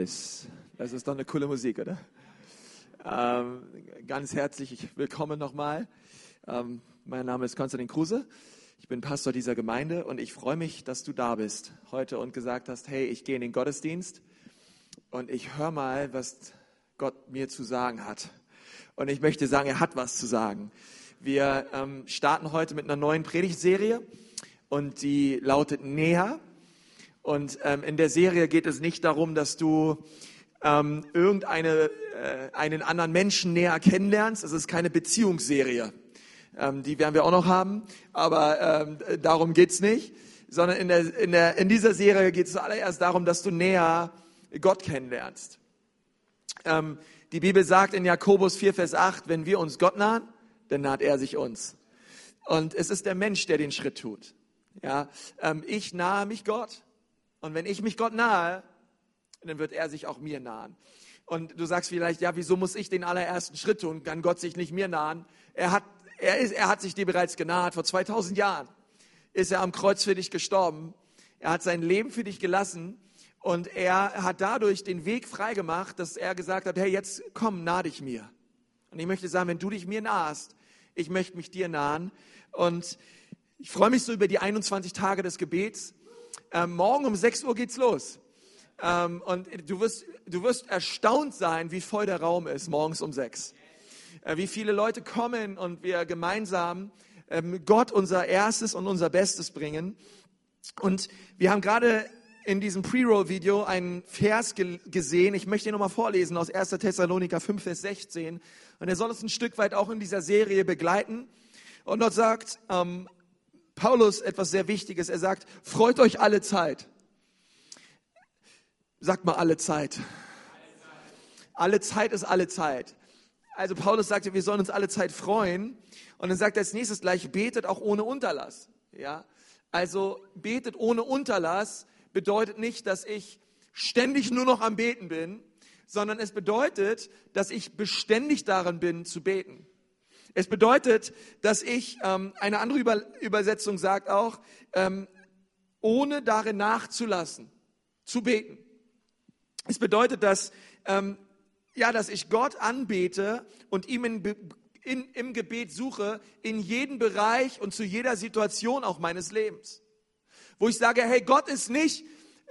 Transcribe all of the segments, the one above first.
ist. Das ist doch eine coole Musik, oder? Ganz herzlich willkommen nochmal. Mein Name ist Konstantin Kruse. Ich bin Pastor dieser Gemeinde und ich freue mich, dass du da bist heute und gesagt hast, hey, ich gehe in den Gottesdienst und ich höre mal, was Gott mir zu sagen hat. Und ich möchte sagen, er hat was zu sagen. Wir starten heute mit einer neuen Predigtserie und die lautet Näher. Und in der Serie geht es nicht darum, dass du einen anderen Menschen näher kennenlernst. Es ist keine Beziehungsserie. Die werden wir auch noch haben, aber darum geht's nicht. Sondern in dieser Serie geht es zuallererst darum, dass du näher Gott kennenlernst. Die Bibel sagt in Jakobus 4, Vers 8, wenn wir uns Gott nahen, dann naht er sich uns. Und es ist der Mensch, der den Schritt tut. Ja, ich nahe mich Gott. Und wenn ich mich Gott nahe, dann wird er sich auch mir nahen. Und du sagst vielleicht, ja, wieso muss ich den allerersten Schritt tun? Kann Gott sich nicht mir nahen? Er hat sich dir bereits genaht. Vor 2000 Jahren ist er am Kreuz für dich gestorben. Er hat sein Leben für dich gelassen. Und er hat dadurch den Weg freigemacht, dass er gesagt hat, hey, jetzt komm, nah dich mir. Und ich möchte sagen, wenn du dich mir nahst, ich möchte mich dir nahen. Und ich freue mich so über die 21 Tage des Gebets. Morgen um 6 Uhr geht's los. Und du wirst erstaunt sein, wie voll der Raum ist, morgens um 6. Wie viele Leute kommen und wir gemeinsam Gott unser Erstes und unser Bestes bringen. Und wir haben gerade in diesem Pre-Roll-Video einen Vers gesehen. Ich möchte ihn nochmal vorlesen aus 1. Thessaloniker 5, Vers 16. Und er soll uns ein Stück weit auch in dieser Serie begleiten. Und dort sagt Paulus etwas sehr Wichtiges. Er sagt, freut euch alle Zeit. Sagt mal alle Zeit. Alle Zeit ist alle Zeit. Also Paulus sagte, wir sollen uns alle Zeit freuen. Und dann sagt er als nächstes gleich, betet auch ohne Unterlass. Ja? Also betet ohne Unterlass bedeutet nicht, dass ich ständig nur noch am Beten bin, sondern es bedeutet, dass ich beständig daran bin zu beten. Es bedeutet, dass ich, eine andere Übersetzung sagt auch, ohne darin nachzulassen, zu beten. Es bedeutet, dass ich Gott anbete und ihm im Gebet suche, in jedem Bereich und zu jeder Situation auch meines Lebens. Wo ich sage, hey, Gott ist nicht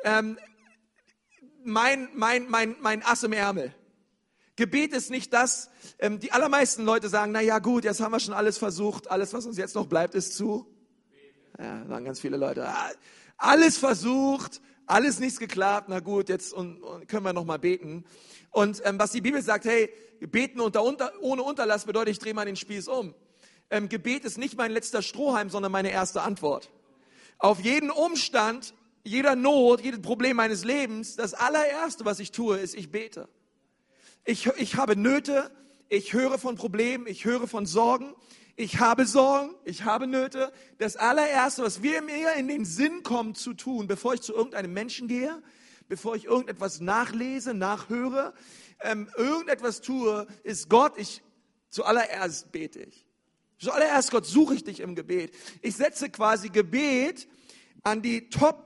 mein Ass im Ärmel. Gebet ist nicht das, die allermeisten Leute sagen, na ja gut, jetzt haben wir schon alles versucht, alles, was uns jetzt noch bleibt, ist zu. Ja, sagen ganz viele Leute, alles versucht, alles nichts geklappt, na gut, jetzt und können wir noch mal beten. Und was die Bibel sagt, hey, beten ohne Unterlass bedeutet, ich drehe mal den Spieß um. Gebet ist nicht mein letzter Strohhalm, sondern meine erste Antwort. Auf jeden Umstand, jeder Not, jedes Problem meines Lebens, das allererste, was ich tue, ist, ich bete. Ich habe Nöte, ich höre von Problemen, ich höre von Sorgen, ich habe Nöte. Das allererste, was mir in den Sinn kommt zu tun, bevor ich zu irgendeinem Menschen gehe, bevor ich irgendetwas nachlese, nachhöre, irgendetwas tue, ist Gott, zuallererst bete ich. Zuallererst, Gott, suche ich dich im Gebet. Ich setze quasi Gebet an die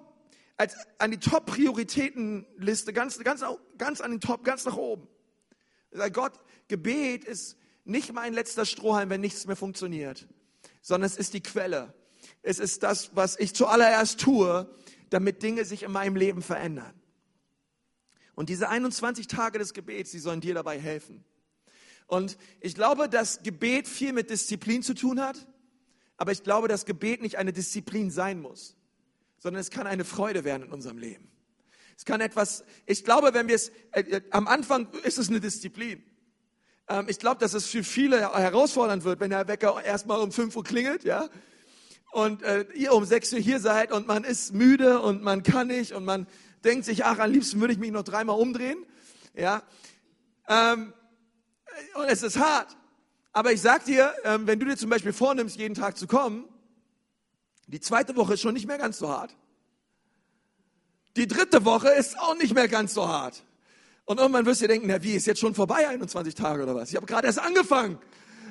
Top-Prioritätenliste, ganz an den Top, ganz nach oben. Ich sage, Gott, Gebet ist nicht mein letzter Strohhalm, wenn nichts mehr funktioniert, sondern es ist die Quelle. Es ist das, was ich zuallererst tue, damit Dinge sich in meinem Leben verändern. Und diese 21 Tage des Gebets, die sollen dir dabei helfen. Und ich glaube, dass Gebet viel mit Disziplin zu tun hat, aber ich glaube, dass Gebet nicht eine Disziplin sein muss, sondern es kann eine Freude werden in unserem Leben. Es kann ich glaube, wenn wir am Anfang ist es eine Disziplin. Ich glaube, dass es für viele herausfordernd wird, wenn der Wecker erstmal um 5 Uhr klingelt, ja, und ihr um 6 Uhr hier seid und man ist müde und man kann nicht und man denkt sich, ach, am liebsten würde ich mich noch 3-mal umdrehen, ja, und es ist hart. Aber ich sag dir, wenn du dir zum Beispiel vornimmst, jeden Tag zu kommen, die 2. Woche ist schon nicht mehr ganz so hart. Die 3. Woche ist auch nicht mehr ganz so hart. Und irgendwann wirst du dir denken, na wie, ist jetzt schon vorbei, 21 Tage oder was? Ich habe gerade erst angefangen.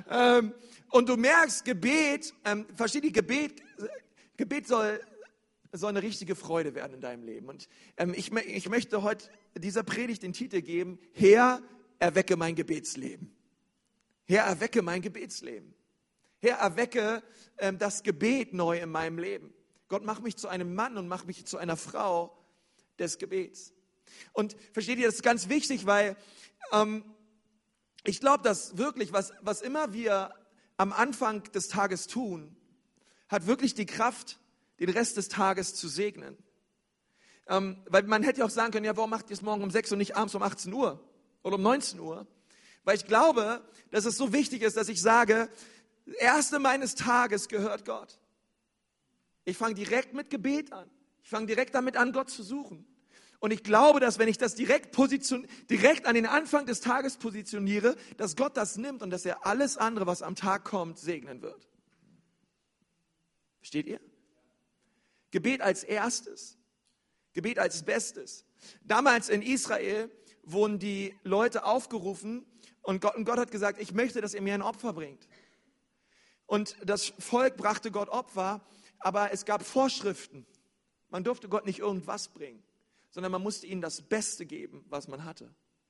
Und du merkst, Gebet soll soll eine richtige Freude werden in deinem Leben. Und ich möchte heute dieser Predigt den Titel geben, Herr, erwecke mein Gebetsleben. Herr, erwecke mein Gebetsleben. Herr, erwecke das Gebet neu in meinem Leben. Gott, mach mich zu einem Mann und mach mich zu einer Frau des Gebets. Und versteht ihr, das ist ganz wichtig, weil ich glaube, dass wirklich, was immer wir am Anfang des Tages tun, hat wirklich die Kraft, den Rest des Tages zu segnen. Weil man hätte ja auch sagen können, ja, warum macht ihr es morgen um 6 und nicht abends um 18 Uhr oder um 19 Uhr? Weil ich glaube, dass es so wichtig ist, dass ich sage, das Erste meines Tages gehört Gott. Ich fange direkt mit Gebet an. Ich fange direkt damit an, Gott zu suchen. Und ich glaube, dass wenn ich das direkt an den Anfang des Tages positioniere, dass Gott das nimmt und dass er alles andere, was am Tag kommt, segnen wird. Versteht ihr? Gebet als erstes. Gebet als Bestes. Damals in Israel wurden die Leute aufgerufen und Gott hat gesagt, ich möchte, dass ihr mir ein Opfer bringt. Und das Volk brachte Gott Opfer, aber es gab Vorschriften. Man durfte Gott nicht irgendwas bringen, sondern man musste ihnen das Beste geben, was man hatte.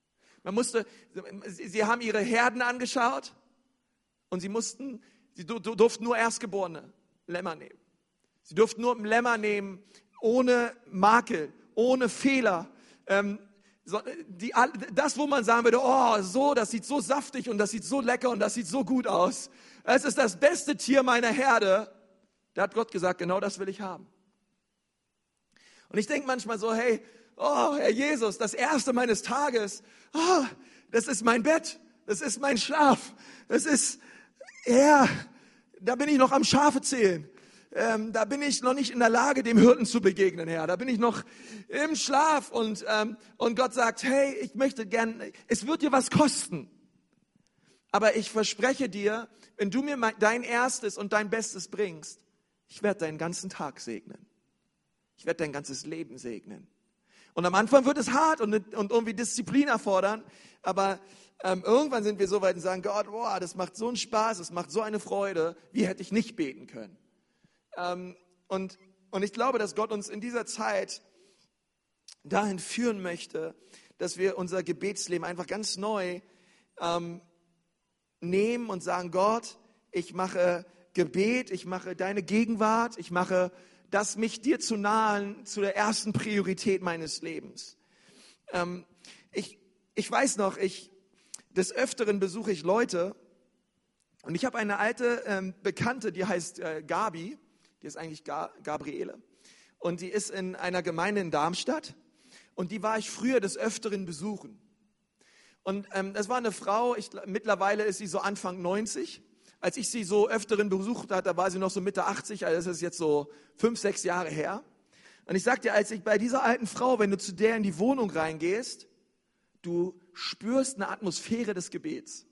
Sie haben ihre Herden angeschaut und sie durften nur Erstgeborene Lämmer nehmen. Sie durften nur Lämmer nehmen, ohne Makel, ohne Fehler. Das, wo man sagen würde, oh, das sieht so saftig und das sieht so lecker und das sieht so gut aus. Es ist das beste Tier meiner Herde. Da hat Gott gesagt, genau das will ich haben. Und ich denke manchmal so, hey, Herr Jesus, das Erste meines Tages, das ist mein Bett, das ist mein Schlaf, das ist, Herr, da bin ich noch am Schafe zählen. Da bin ich noch nicht in der Lage, dem Hirten zu begegnen, Herr. Da bin ich noch im Schlaf und Gott sagt, hey, ich möchte gern, es wird dir was kosten. Aber ich verspreche dir, wenn du mir dein Erstes und dein Bestes bringst, ich werde deinen ganzen Tag segnen. Ich werde dein ganzes Leben segnen. Und am Anfang wird es hart und irgendwie Disziplin erfordern, aber irgendwann sind wir so weit und sagen, Gott, boah, das macht so einen Spaß, es macht so eine Freude, wie hätte ich nicht beten können. Und ich glaube, dass Gott uns in dieser Zeit dahin führen möchte, dass wir unser Gebetsleben einfach ganz neu nehmen und sagen, Gott, ich mache Gebet, ich mache deine Gegenwart, ich mache das, mich dir zu nahen, zu der ersten Priorität meines Lebens. Ich weiß noch, des Öfteren besuche ich Leute und ich habe eine alte Bekannte, die heißt Gabi. Die ist eigentlich Gabriele. Und die ist in einer Gemeinde in Darmstadt. Und die war ich früher des Öfteren besuchen. Und das war eine Frau, mittlerweile ist sie so Anfang 90. Als ich sie so Öfteren besucht habe, da war sie noch so Mitte 80. Also das ist jetzt so 5, 6 Jahre her. Und ich sag dir, als ich bei dieser alten Frau, wenn du zu der in die Wohnung reingehst, du spürst eine Atmosphäre des Gebets.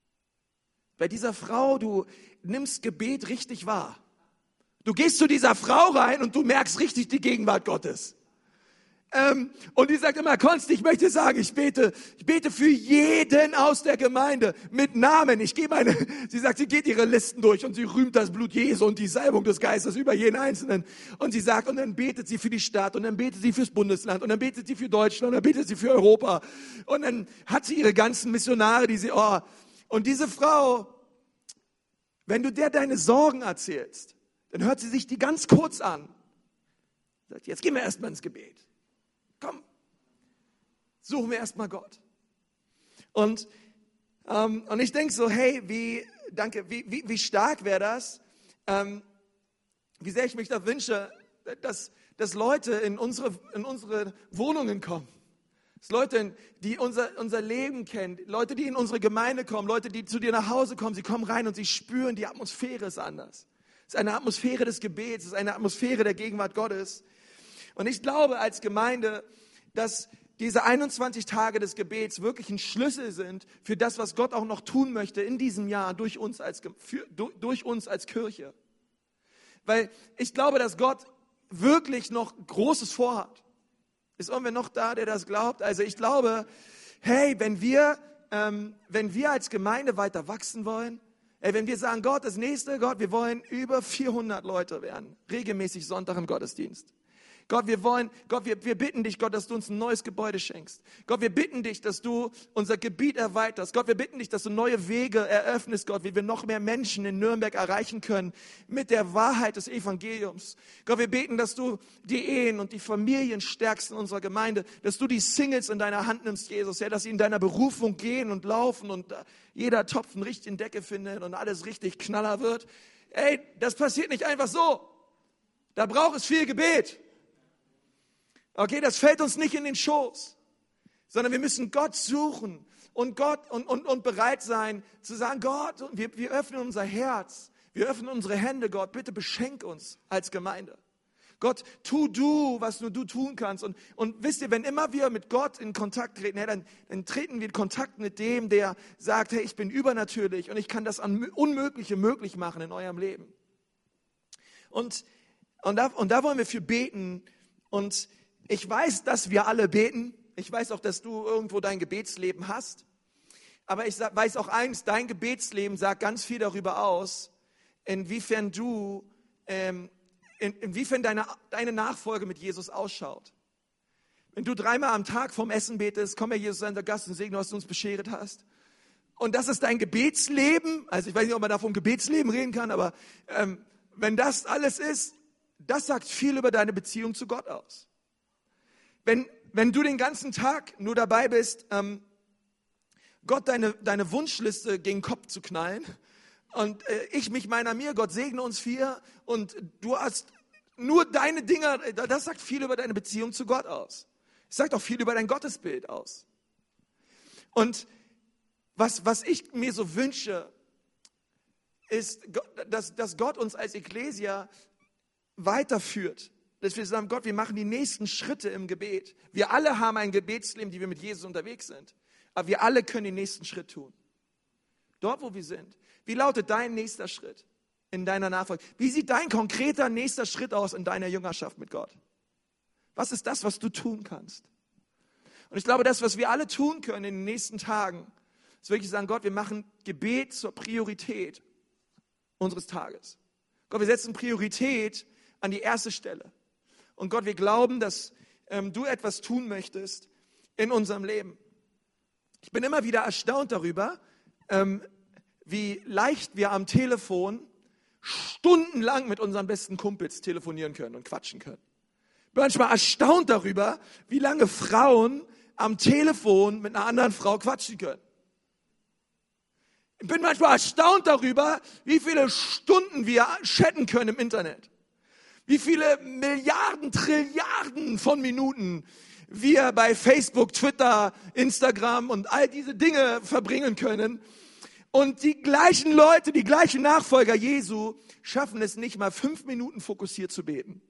Bei dieser Frau, du nimmst Gebet richtig wahr. Du gehst zu dieser Frau rein und du merkst richtig die Gegenwart Gottes. Und die sagt immer, Konsti, ich möchte sagen, ich bete für jeden aus der Gemeinde mit Namen. Sie sagt, sie geht ihre Listen durch und sie rühmt das Blut Jesu und die Salbung des Geistes über jeden Einzelnen. Und sie sagt, und dann betet sie für die Stadt und dann betet sie fürs Bundesland und dann betet sie für Deutschland und dann betet sie für Europa. Und dann hat sie ihre ganzen Missionare, und diese Frau, wenn du der deine Sorgen erzählst, dann hört sie sich die ganz kurz an. Sagt, jetzt gehen wir erstmal ins Gebet. Komm, suchen wir erstmal Gott. Und ich denke so, hey, wie stark wäre das, wie sehr ich mich da wünsche, dass Leute in unsere Wohnungen kommen. Dass Leute, die unser Leben kennen, Leute, die in unsere Gemeinde kommen, Leute, die zu dir nach Hause kommen, sie kommen rein und sie spüren, die Atmosphäre ist anders. Es ist eine Atmosphäre des Gebets, es ist eine Atmosphäre der Gegenwart Gottes. Und ich glaube als Gemeinde, dass diese 21 Tage des Gebets wirklich ein Schlüssel sind für das, was Gott auch noch tun möchte in diesem Jahr durch uns als Kirche. Weil ich glaube, dass Gott wirklich noch Großes vorhat. Ist irgendwer noch da, der das glaubt? Also ich glaube, hey, wenn wir als Gemeinde weiter wachsen wollen, wenn wir sagen, Gott, wir wollen über 400 Leute werden, regelmäßig Sonntag im Gottesdienst. Gott, wir bitten dich, Gott, dass du uns ein neues Gebäude schenkst. Gott, wir bitten dich, dass du unser Gebiet erweiterst. Gott, wir bitten dich, dass du neue Wege eröffnest, Gott, wie wir noch mehr Menschen in Nürnberg erreichen können mit der Wahrheit des Evangeliums. Gott, wir beten, dass du die Ehen und die Familien stärkst in unserer Gemeinde, dass du die Singles in deiner Hand nimmst, Jesus, ja, dass sie in deiner Berufung gehen und laufen und jeder Topf einen richtigen Deckel findet und alles richtig knaller wird. Ey, das passiert nicht einfach so. Da braucht es viel Gebet. Okay, das fällt uns nicht in den Schoß, sondern wir müssen Gott suchen und bereit sein zu sagen, Gott, wir öffnen unser Herz, wir öffnen unsere Hände, Gott, bitte beschenk uns als Gemeinde. Gott, tu du, was nur du tun kannst. Und wisst ihr, wenn immer wir mit Gott in Kontakt treten, dann treten wir in Kontakt mit dem, der sagt, hey, ich bin übernatürlich und ich kann das Unmögliche möglich machen in eurem Leben. Und da wollen wir für beten. Und ich weiß, dass wir alle beten. Ich weiß auch, dass du irgendwo dein Gebetsleben hast. Aber ich weiß auch eins, dein Gebetsleben sagt ganz viel darüber aus, inwiefern deine Nachfolge mit Jesus ausschaut. Wenn du 3-mal am Tag vorm Essen betest, komm Herr Jesus, sei unser Gast und segne, was du uns beschert hast. Und das ist dein Gebetsleben. Also ich weiß nicht, ob man da vom Gebetsleben reden kann, aber wenn das alles ist, das sagt viel über deine Beziehung zu Gott aus. Wenn du den ganzen Tag nur dabei bist, Gott deine Wunschliste gegen den Kopf zu knallen und ich mich meiner mir, Gott segne uns 4 und du hast nur deine Dinger, das sagt viel über deine Beziehung zu Gott aus. Es sagt auch viel über dein Gottesbild aus. Und was ich mir so wünsche, ist, dass Gott uns als Ekklesia weiterführt. Dass wir sagen, Gott, wir machen die nächsten Schritte im Gebet. Wir alle haben ein Gebetsleben, die wir mit Jesus unterwegs sind. Aber wir alle können den nächsten Schritt tun. Dort, wo wir sind. Wie lautet dein nächster Schritt in deiner Nachfolge? Wie sieht dein konkreter nächster Schritt aus in deiner Jüngerschaft mit Gott? Was ist das, was du tun kannst? Und ich glaube, das, was wir alle tun können in den nächsten Tagen, ist wirklich sagen, Gott, wir machen Gebet zur Priorität unseres Tages. Gott, wir setzen Priorität an die erste Stelle. Und Gott, wir glauben, dass du etwas tun möchtest in unserem Leben. Ich bin immer wieder erstaunt darüber, wie leicht wir am Telefon stundenlang mit unseren besten Kumpels telefonieren können und quatschen können. Ich bin manchmal erstaunt darüber, wie lange Frauen am Telefon mit einer anderen Frau quatschen können. Ich bin manchmal erstaunt darüber, wie viele Stunden wir chatten können im Internet. Wie viele Milliarden, Trilliarden von Minuten wir bei Facebook, Twitter, Instagram und all diese Dinge verbringen können. Und die gleichen Leute, die gleichen Nachfolger Jesu schaffen es nicht mal 5 Minuten fokussiert zu beten.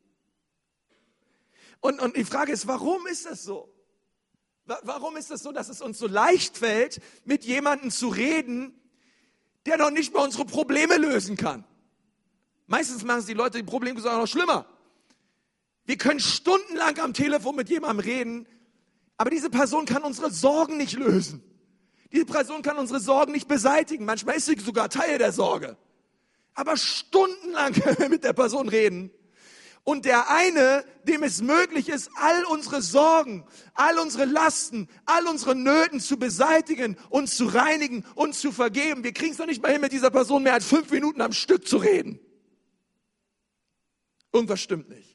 Und die Frage ist, warum ist das so? Warum ist das so, dass es uns so leicht fällt, mit jemandem zu reden, der noch nicht mal unsere Probleme lösen kann? Meistens machen es die Leute, die Probleme sind auch noch schlimmer. Wir können stundenlang am Telefon mit jemandem reden, aber diese Person kann unsere Sorgen nicht lösen. Diese Person kann unsere Sorgen nicht beseitigen. Manchmal ist sie sogar Teil der Sorge. Aber stundenlang können wir mit der Person reden. Und der eine, dem es möglich ist, all unsere Sorgen, all unsere Lasten, all unsere Nöten zu beseitigen, uns zu reinigen, uns zu vergeben. Wir kriegen es noch nicht mal hin, mit dieser Person mehr als 5 Minuten am Stück zu reden. Irgendwas stimmt nicht.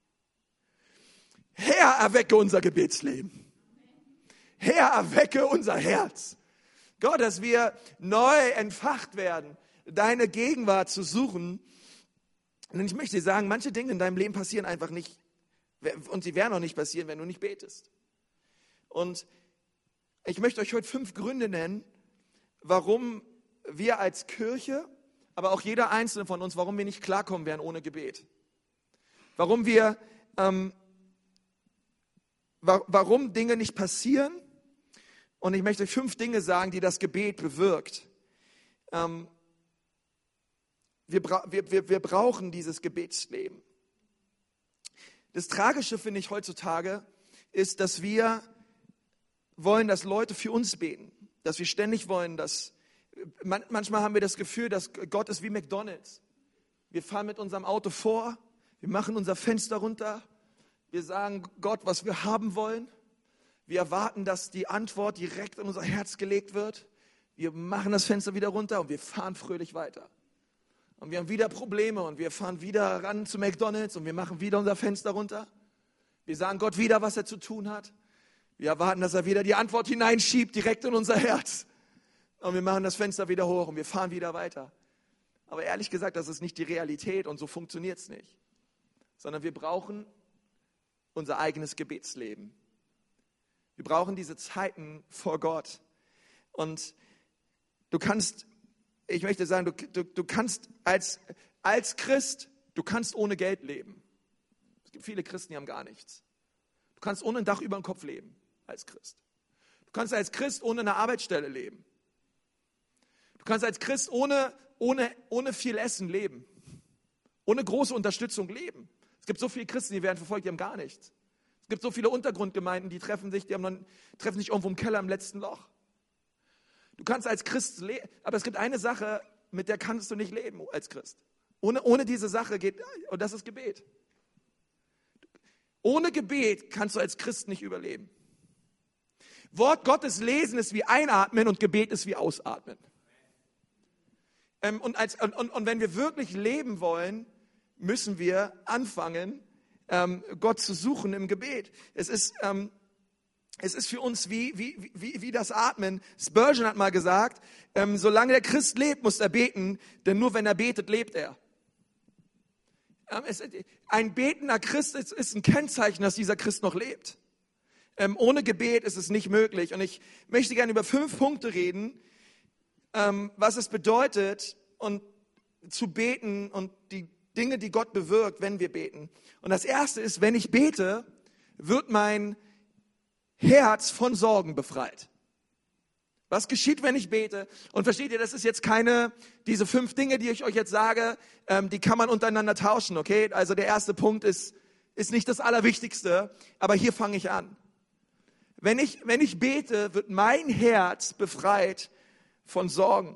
Herr, erwecke unser Gebetsleben. Herr, erwecke unser Herz. Gott, dass wir neu entfacht werden, deine Gegenwart zu suchen. Und ich möchte dir sagen, manche Dinge in deinem Leben passieren einfach nicht. Und sie werden auch nicht passieren, wenn du nicht betest. Und ich möchte euch heute 5 Gründe nennen, warum wir als Kirche, aber auch jeder Einzelne von uns, warum wir nicht klarkommen werden ohne Gebet. Warum Dinge nicht passieren. Und ich möchte euch 5 Dinge sagen, die das Gebet bewirkt. Wir brauchen dieses Gebetsleben. Das Tragische, finde ich, heutzutage ist, dass wir wollen, dass Leute für uns beten. Dass wir ständig wollen, manchmal haben wir das Gefühl, dass Gott ist wie McDonald's. Wir fahren mit unserem Auto vor, wir machen unser Fenster runter, Wir sagen Gott, was wir haben wollen. Wir erwarten, dass die Antwort direkt in unser Herz gelegt wird. Wir machen das Fenster wieder runter und wir fahren fröhlich weiter. Und wir haben wieder Probleme und wir fahren wieder ran zu McDonald's und wir machen wieder unser Fenster runter. Wir sagen Gott wieder, was er zu tun hat. Wir erwarten, dass er wieder die Antwort hineinschiebt, direkt in unser Herz. Und wir machen das Fenster wieder hoch und wir fahren wieder weiter. Aber ehrlich gesagt, das ist nicht die Realität und so funktioniert es nicht. Sondern wir brauchen unser eigenes Gebetsleben. Wir brauchen diese Zeiten vor Gott. Und ich möchte sagen, du kannst als Christ, du kannst ohne Geld leben. Es gibt viele Christen, die haben gar nichts. Du kannst ohne ein Dach über dem Kopf leben, als Christ. Du kannst als Christ ohne eine Arbeitsstelle leben. Du kannst als Christ ohne viel Essen leben. Ohne große Unterstützung leben. Es gibt so viele Christen, die werden verfolgt, die haben gar nichts. Es gibt so viele Untergrundgemeinden, die treffen sich irgendwo im Keller im letzten Loch. Du kannst als Christ leben, aber es gibt eine Sache, mit der kannst du nicht leben als Christ. Ohne diese Sache geht, und das ist Gebet. Ohne Gebet kannst du als Christ nicht überleben. Wort Gottes lesen ist wie einatmen und Gebet ist wie ausatmen. Und wenn wir wirklich leben wollen, müssen wir anfangen, Gott zu suchen im Gebet. Es ist für uns wie das Atmen. Spurgeon hat mal gesagt, solange der Christ lebt, muss er beten, denn nur wenn er betet, lebt er. Ein betender Christ ist ein Kennzeichen, dass dieser Christ noch lebt. Ohne Gebet ist es nicht möglich. Und ich möchte gerne über 5 Punkte reden, was es bedeutet, und zu beten und die Dinge, die Gott bewirkt, wenn wir beten. Und das Erste ist, wenn ich bete, wird mein Herz von Sorgen befreit. Was geschieht, wenn ich bete? Und versteht ihr, das ist jetzt diese 5 Dinge, die ich euch jetzt sage, die kann man untereinander tauschen, okay? Also der erste Punkt ist nicht das Allerwichtigste, aber hier fange ich an. Wenn ich bete, wird mein Herz befreit von Sorgen.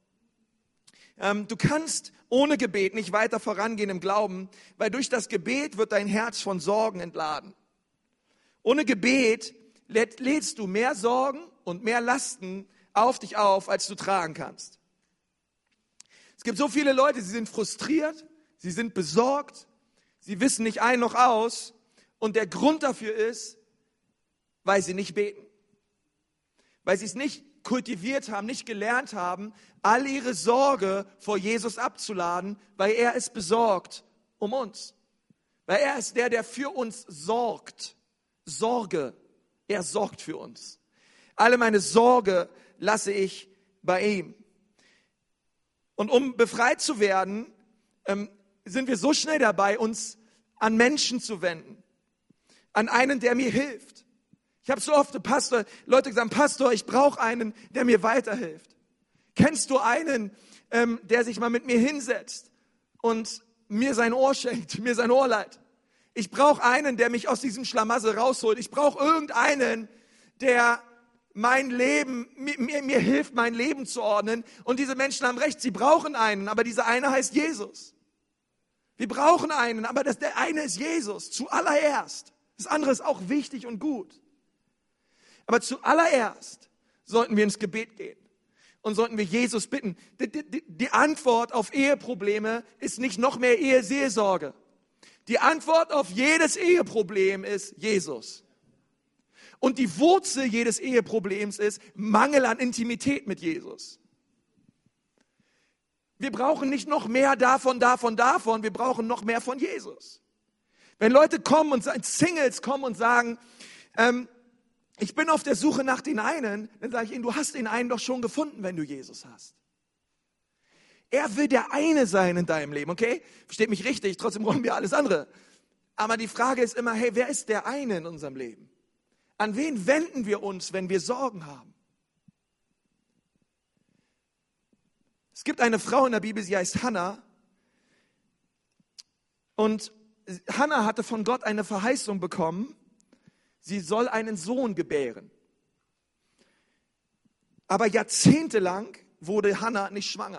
Du kannst ohne Gebet nicht weiter vorangehen im Glauben, weil durch das Gebet wird dein Herz von Sorgen entladen. Ohne Gebet lädst du mehr Sorgen und mehr Lasten auf dich auf, als du tragen kannst. Es gibt so viele Leute, sie sind frustriert, sie sind besorgt, sie wissen nicht ein noch aus, und der Grund dafür ist, weil sie nicht beten. Weil sie es nicht kultiviert haben, nicht gelernt haben, all ihre Sorge vor Jesus abzuladen, weil er ist besorgt um uns. Weil er ist der für uns sorgt. Sorge, er sorgt für uns. Alle meine Sorge lasse ich bei ihm. Und um befreit zu werden, sind wir so schnell dabei, uns an Menschen zu wenden. An einen, der mir hilft. Ich habe so oft Leute gesagt, Pastor, ich brauche einen, der mir weiterhilft. Kennst du einen, der sich mal mit mir hinsetzt und mir sein Ohr schenkt, mir sein Ohr leiht? Ich brauche einen, der mich aus diesem Schlamassel rausholt. Ich brauche irgendeinen, der mir hilft, mein Leben zu ordnen. Und diese Menschen haben recht, sie brauchen einen, aber dieser eine heißt Jesus. Wir brauchen einen, aber der eine ist Jesus, zuallererst. Das andere ist auch wichtig und gut. Aber zuallererst sollten wir ins Gebet gehen und sollten wir Jesus bitten. Die Antwort auf Eheprobleme ist nicht noch mehr Eheseelsorge. Die Antwort auf jedes Eheproblem ist Jesus. Und die Wurzel jedes Eheproblems ist Mangel an Intimität mit Jesus. Wir brauchen nicht noch mehr davon. Wir brauchen noch mehr von Jesus. Wenn Leute kommen und Singles kommen und sagen, ich bin auf der Suche nach den einen, dann sage ich ihnen, du hast den einen doch schon gefunden, wenn du Jesus hast. Er will der eine sein in deinem Leben, okay? Versteht mich richtig, trotzdem brauchen wir alles andere. Aber die Frage ist immer, hey, wer ist der eine in unserem Leben? An wen wenden wir uns, wenn wir Sorgen haben? Es gibt eine Frau in der Bibel, sie heißt Hannah. Und Hannah hatte von Gott eine Verheißung bekommen, sie soll einen Sohn gebären. Aber jahrzehntelang wurde Hannah nicht schwanger.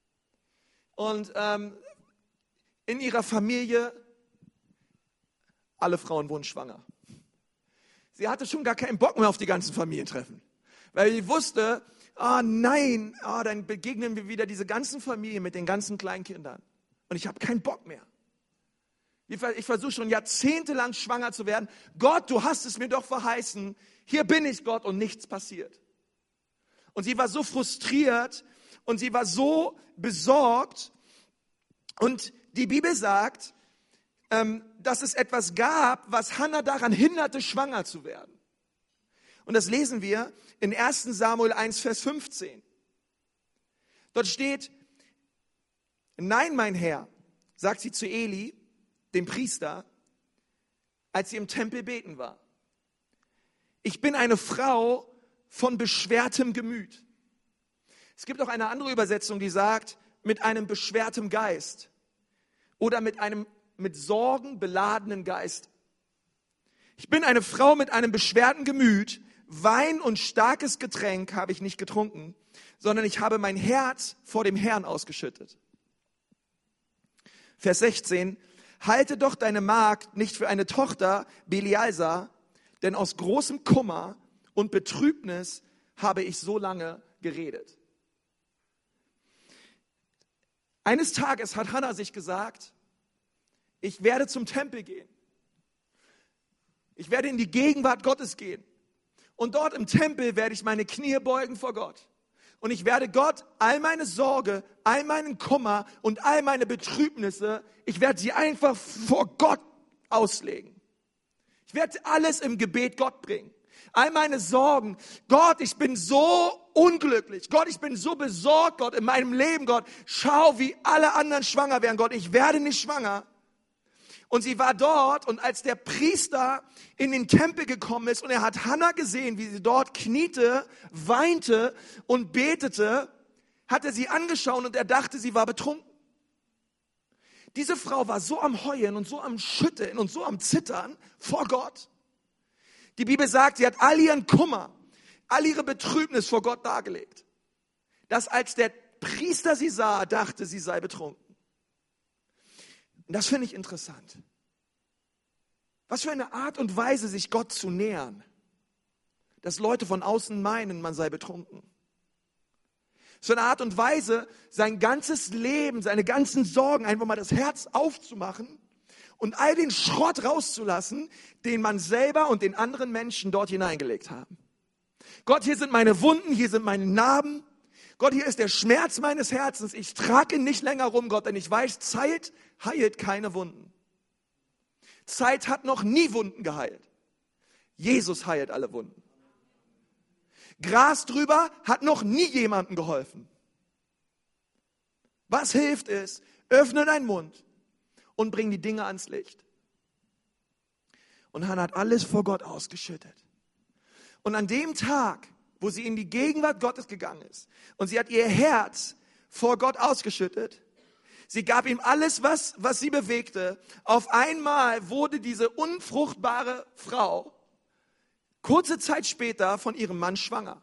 Und in ihrer Familie Alle Frauen wurden schwanger. Sie hatte schon gar keinen Bock mehr auf die ganzen Familientreffen. Weil sie wusste, dann begegnen wir wieder diese ganzen Familien mit den ganzen Kleinkindern. Und ich habe keinen Bock mehr. Ich versuche schon jahrzehntelang schwanger zu werden. Gott, du hast es mir doch verheißen. Hier bin ich, Gott, und nichts passiert. Und sie war so frustriert und sie war so besorgt. Und die Bibel sagt, dass es etwas gab, was Hannah daran hinderte, schwanger zu werden. Und das lesen wir in 1. Samuel 1, Vers 15. Dort steht, nein, mein Herr, sagt sie zu Eli, dem Priester, als sie im Tempel beten war. Ich bin eine Frau von beschwertem Gemüt. Es gibt auch eine andere Übersetzung, die sagt, mit einem beschwertem Geist oder mit einem mit Sorgen beladenen Geist. Ich bin eine Frau mit einem beschwerten Gemüt. Wein und starkes Getränk habe ich nicht getrunken, sondern ich habe mein Herz vor dem Herrn ausgeschüttet. Vers 16. Halte doch deine Magd nicht für eine Tochter Belialsa, denn aus großem Kummer und Betrübnis habe ich so lange geredet. Eines Tages hat Hannah sich gesagt, ich werde zum Tempel gehen. Ich werde in die Gegenwart Gottes gehen. Und dort im Tempel werde ich meine Knie beugen vor Gott. Und ich werde Gott all meine Sorge, all meinen Kummer und all meine Betrübnisse, ich werde sie einfach vor Gott auslegen. Ich werde alles im Gebet Gott bringen. All meine Sorgen. Gott, ich bin so unglücklich. Gott, ich bin so besorgt, Gott, in meinem Leben, Gott. Schau, wie alle anderen schwanger werden, Gott. Ich werde nicht schwanger. Und sie war dort und als der Priester in den Tempel gekommen ist und er hat Hannah gesehen, wie sie dort kniete, weinte und betete, hat er sie angeschaut und er dachte, sie war betrunken. Diese Frau war so am Heulen und so am Schütteln und so am Zittern vor Gott. Die Bibel sagt, sie hat all ihren Kummer, all ihre Betrübnis vor Gott dargelegt. Dass als der Priester sie sah, dachte, sie sei betrunken. Und das finde ich interessant. Was für eine Art und Weise, sich Gott zu nähern, dass Leute von außen meinen, man sei betrunken. So eine Art und Weise, sein ganzes Leben, seine ganzen Sorgen, einfach mal das Herz aufzumachen und all den Schrott rauszulassen, den man selber und den anderen Menschen dort hineingelegt haben. Gott, hier sind meine Wunden, hier sind meine Narben. Gott, hier ist der Schmerz meines Herzens. Ich trage ihn nicht länger rum, Gott, denn ich weiß, Zeit heilt keine Wunden. Zeit hat noch nie Wunden geheilt. Jesus heilt alle Wunden. Gras drüber hat noch nie jemandem geholfen. Was hilft es? Öffne deinen Mund und bring die Dinge ans Licht. Und Hannah hat alles vor Gott ausgeschüttet. Und an dem Tag, wo sie in die Gegenwart Gottes gegangen ist und sie hat ihr Herz vor Gott ausgeschüttet, sie gab ihm alles, was sie bewegte. Auf einmal wurde diese unfruchtbare Frau kurze Zeit später von ihrem Mann schwanger.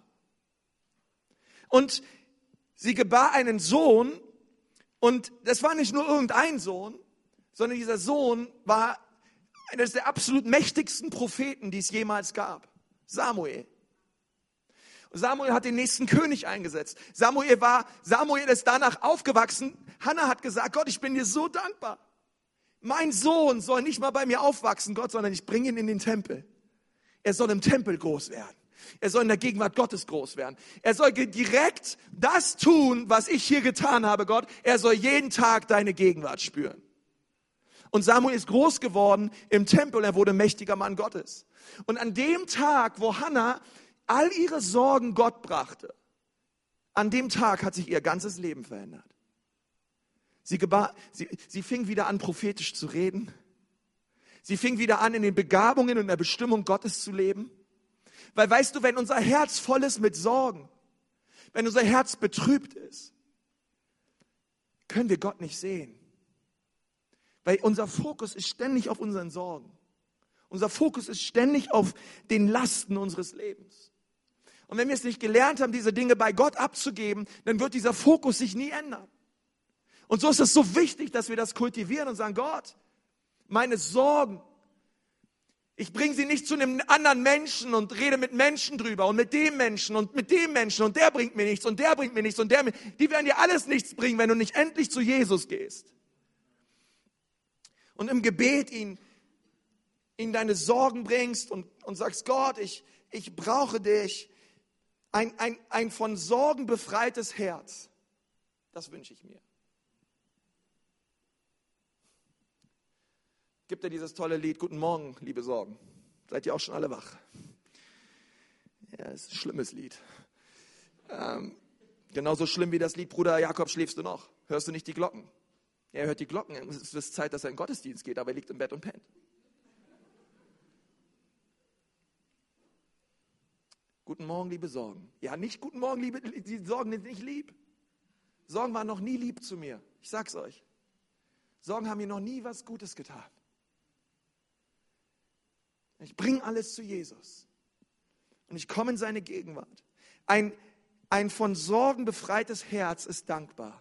Und sie gebar einen Sohn und das war nicht nur irgendein Sohn, sondern dieser Sohn war eines der absolut mächtigsten Propheten, die es jemals gab. Samuel. Samuel hat den nächsten König eingesetzt. Samuel ist danach aufgewachsen. Hannah hat gesagt, Gott, ich bin dir so dankbar. Mein Sohn soll nicht mal bei mir aufwachsen, Gott, sondern ich bringe ihn in den Tempel. Er soll im Tempel groß werden. Er soll in der Gegenwart Gottes groß werden. Er soll direkt das tun, was ich hier getan habe, Gott. Er soll jeden Tag deine Gegenwart spüren. Und Samuel ist groß geworden im Tempel. Er wurde mächtiger Mann Gottes. Und an dem Tag, wo Hannah all ihre Sorgen Gott brachte, an dem Tag hat sich ihr ganzes Leben verändert. Sie fing wieder an, prophetisch zu reden. Sie fing wieder an, in den Begabungen und der Bestimmung Gottes zu leben. Weil weißt du, wenn unser Herz voll ist mit Sorgen, wenn unser Herz betrübt ist, können wir Gott nicht sehen. Weil unser Fokus ist ständig auf unseren Sorgen. Unser Fokus ist ständig auf den Lasten unseres Lebens. Und wenn wir es nicht gelernt haben, diese Dinge bei Gott abzugeben, dann wird dieser Fokus sich nie ändern. Und so ist es so wichtig, dass wir das kultivieren und sagen, Gott, meine Sorgen, Ich bringe sie nicht zu einem anderen Menschen und rede mit Menschen drüber und mit dem Menschen und mit dem Menschen und der bringt mir nichts und der bringt mir nichts und der. Die werden dir alles nichts bringen, wenn du nicht endlich zu Jesus gehst. Und im Gebet ihn deine Sorgen bringst und sagst, Gott, ich brauche dich. Ein von Sorgen befreites Herz. Das wünsche ich mir. Gibt ja dieses tolle Lied, Guten Morgen, liebe Sorgen. Seid ihr auch schon alle wach? Ja, es ist ein schlimmes Lied. Genauso schlimm wie das Lied, Bruder Jakob, schläfst du noch? Hörst du nicht die Glocken? Ja, er hört die Glocken. Es ist Zeit, dass er in den Gottesdienst geht, aber er liegt im Bett und pennt. Guten Morgen, liebe Sorgen. Ja, nicht guten Morgen, liebe, die Sorgen sind nicht lieb. Sorgen waren noch nie lieb zu mir. Ich sag's euch. Sorgen haben mir noch nie was Gutes getan. Ich bringe alles zu Jesus. Und ich komme in seine Gegenwart. Ein von Sorgen befreites Herz ist dankbar.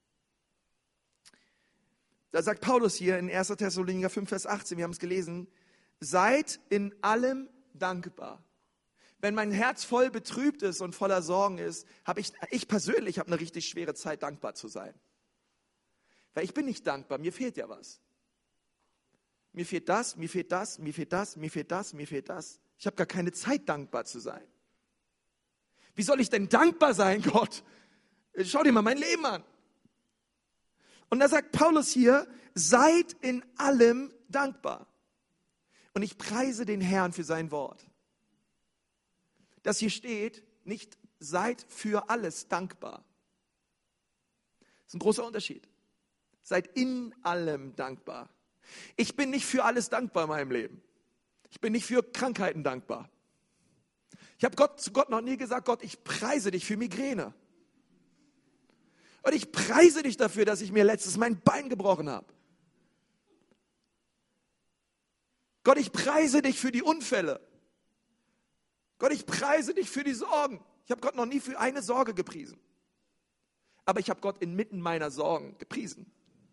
Da sagt Paulus hier in 1. Thessalonicher 5, Vers 18, wir haben es gelesen, seid in allem dankbar. Wenn mein Herz voll betrübt ist und voller Sorgen ist, habe ich persönlich eine richtig schwere Zeit, dankbar zu sein. Weil ich bin nicht dankbar, mir fehlt ja was. Mir fehlt das, mir fehlt das, mir fehlt das, mir fehlt das, mir fehlt das. Ich habe gar keine Zeit, dankbar zu sein. Wie soll ich denn dankbar sein, Gott? Schau dir mal mein Leben an. Und da sagt Paulus hier, seid in allem dankbar. Und ich preise den Herrn für sein Wort. Das hier steht, nicht seid für alles dankbar. Das ist ein großer Unterschied. Seid in allem dankbar. Ich bin nicht für alles dankbar in meinem Leben. Ich bin nicht für Krankheiten dankbar. Ich habe zu Gott noch nie gesagt, Gott, ich preise dich für Migräne. Und ich preise dich dafür, dass ich mir letztes mein Bein gebrochen habe. Gott, ich preise dich für die Unfälle. Gott, ich preise dich für die Sorgen. Ich habe Gott noch nie für eine Sorge gepriesen. Aber ich habe Gott inmitten meiner Sorgen gepriesen.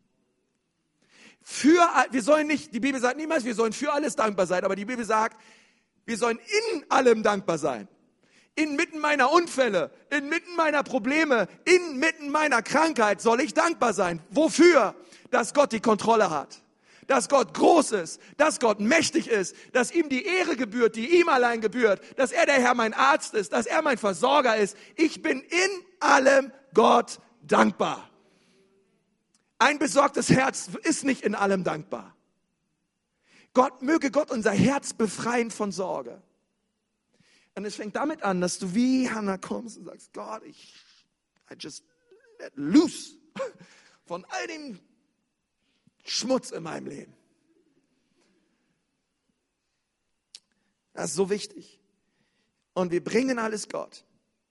Wir sollen nicht, die Bibel sagt niemals, wir sollen für alles dankbar sein, aber die Bibel sagt, wir sollen in allem dankbar sein. Inmitten meiner Unfälle, inmitten meiner Probleme, inmitten meiner Krankheit soll ich dankbar sein. Wofür? Dass Gott die Kontrolle hat. Dass Gott groß ist, dass Gott mächtig ist, dass ihm die Ehre gebührt, die ihm allein gebührt, dass er der Herr mein Arzt ist, dass er mein Versorger ist. Ich bin in allem Gott dankbar. Ein besorgtes Herz ist nicht in allem dankbar. Möge Gott unser Herz befreien von Sorge. Und es fängt damit an, dass du wie Hannah kommst und sagst, Gott, I just let loose von all dem Schmutz in meinem Leben. Das ist so wichtig. Und wir bringen alles Gott.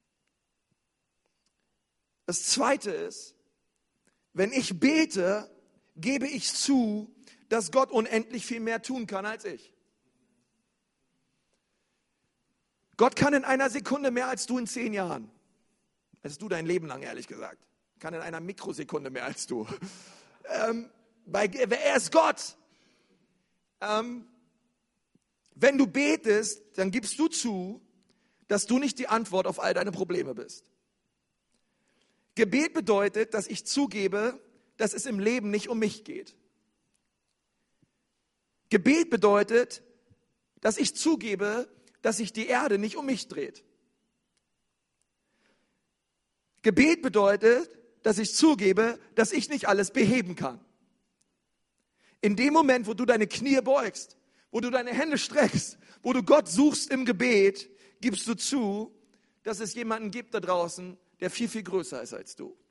Das Zweite ist, wenn ich bete, gebe ich zu, dass Gott unendlich viel mehr tun kann als ich. Gott kann in einer Sekunde mehr als du in 10 Jahren. Als du dein Leben lang, ehrlich gesagt. Kann in einer Mikrosekunde mehr als du. Er ist Gott. Wenn du betest, dann gibst du zu, dass du nicht die Antwort auf all deine Probleme bist. Gebet bedeutet, dass ich zugebe, dass es im Leben nicht um mich geht. Gebet bedeutet, dass ich zugebe, dass sich die Erde nicht um mich dreht. Gebet bedeutet, dass ich zugebe, dass ich nicht alles beheben kann. In dem Moment, wo du deine Knie beugst, wo du deine Hände streckst, wo du Gott suchst im Gebet, gibst du zu, dass es jemanden gibt da draußen, der viel, viel größer ist als du.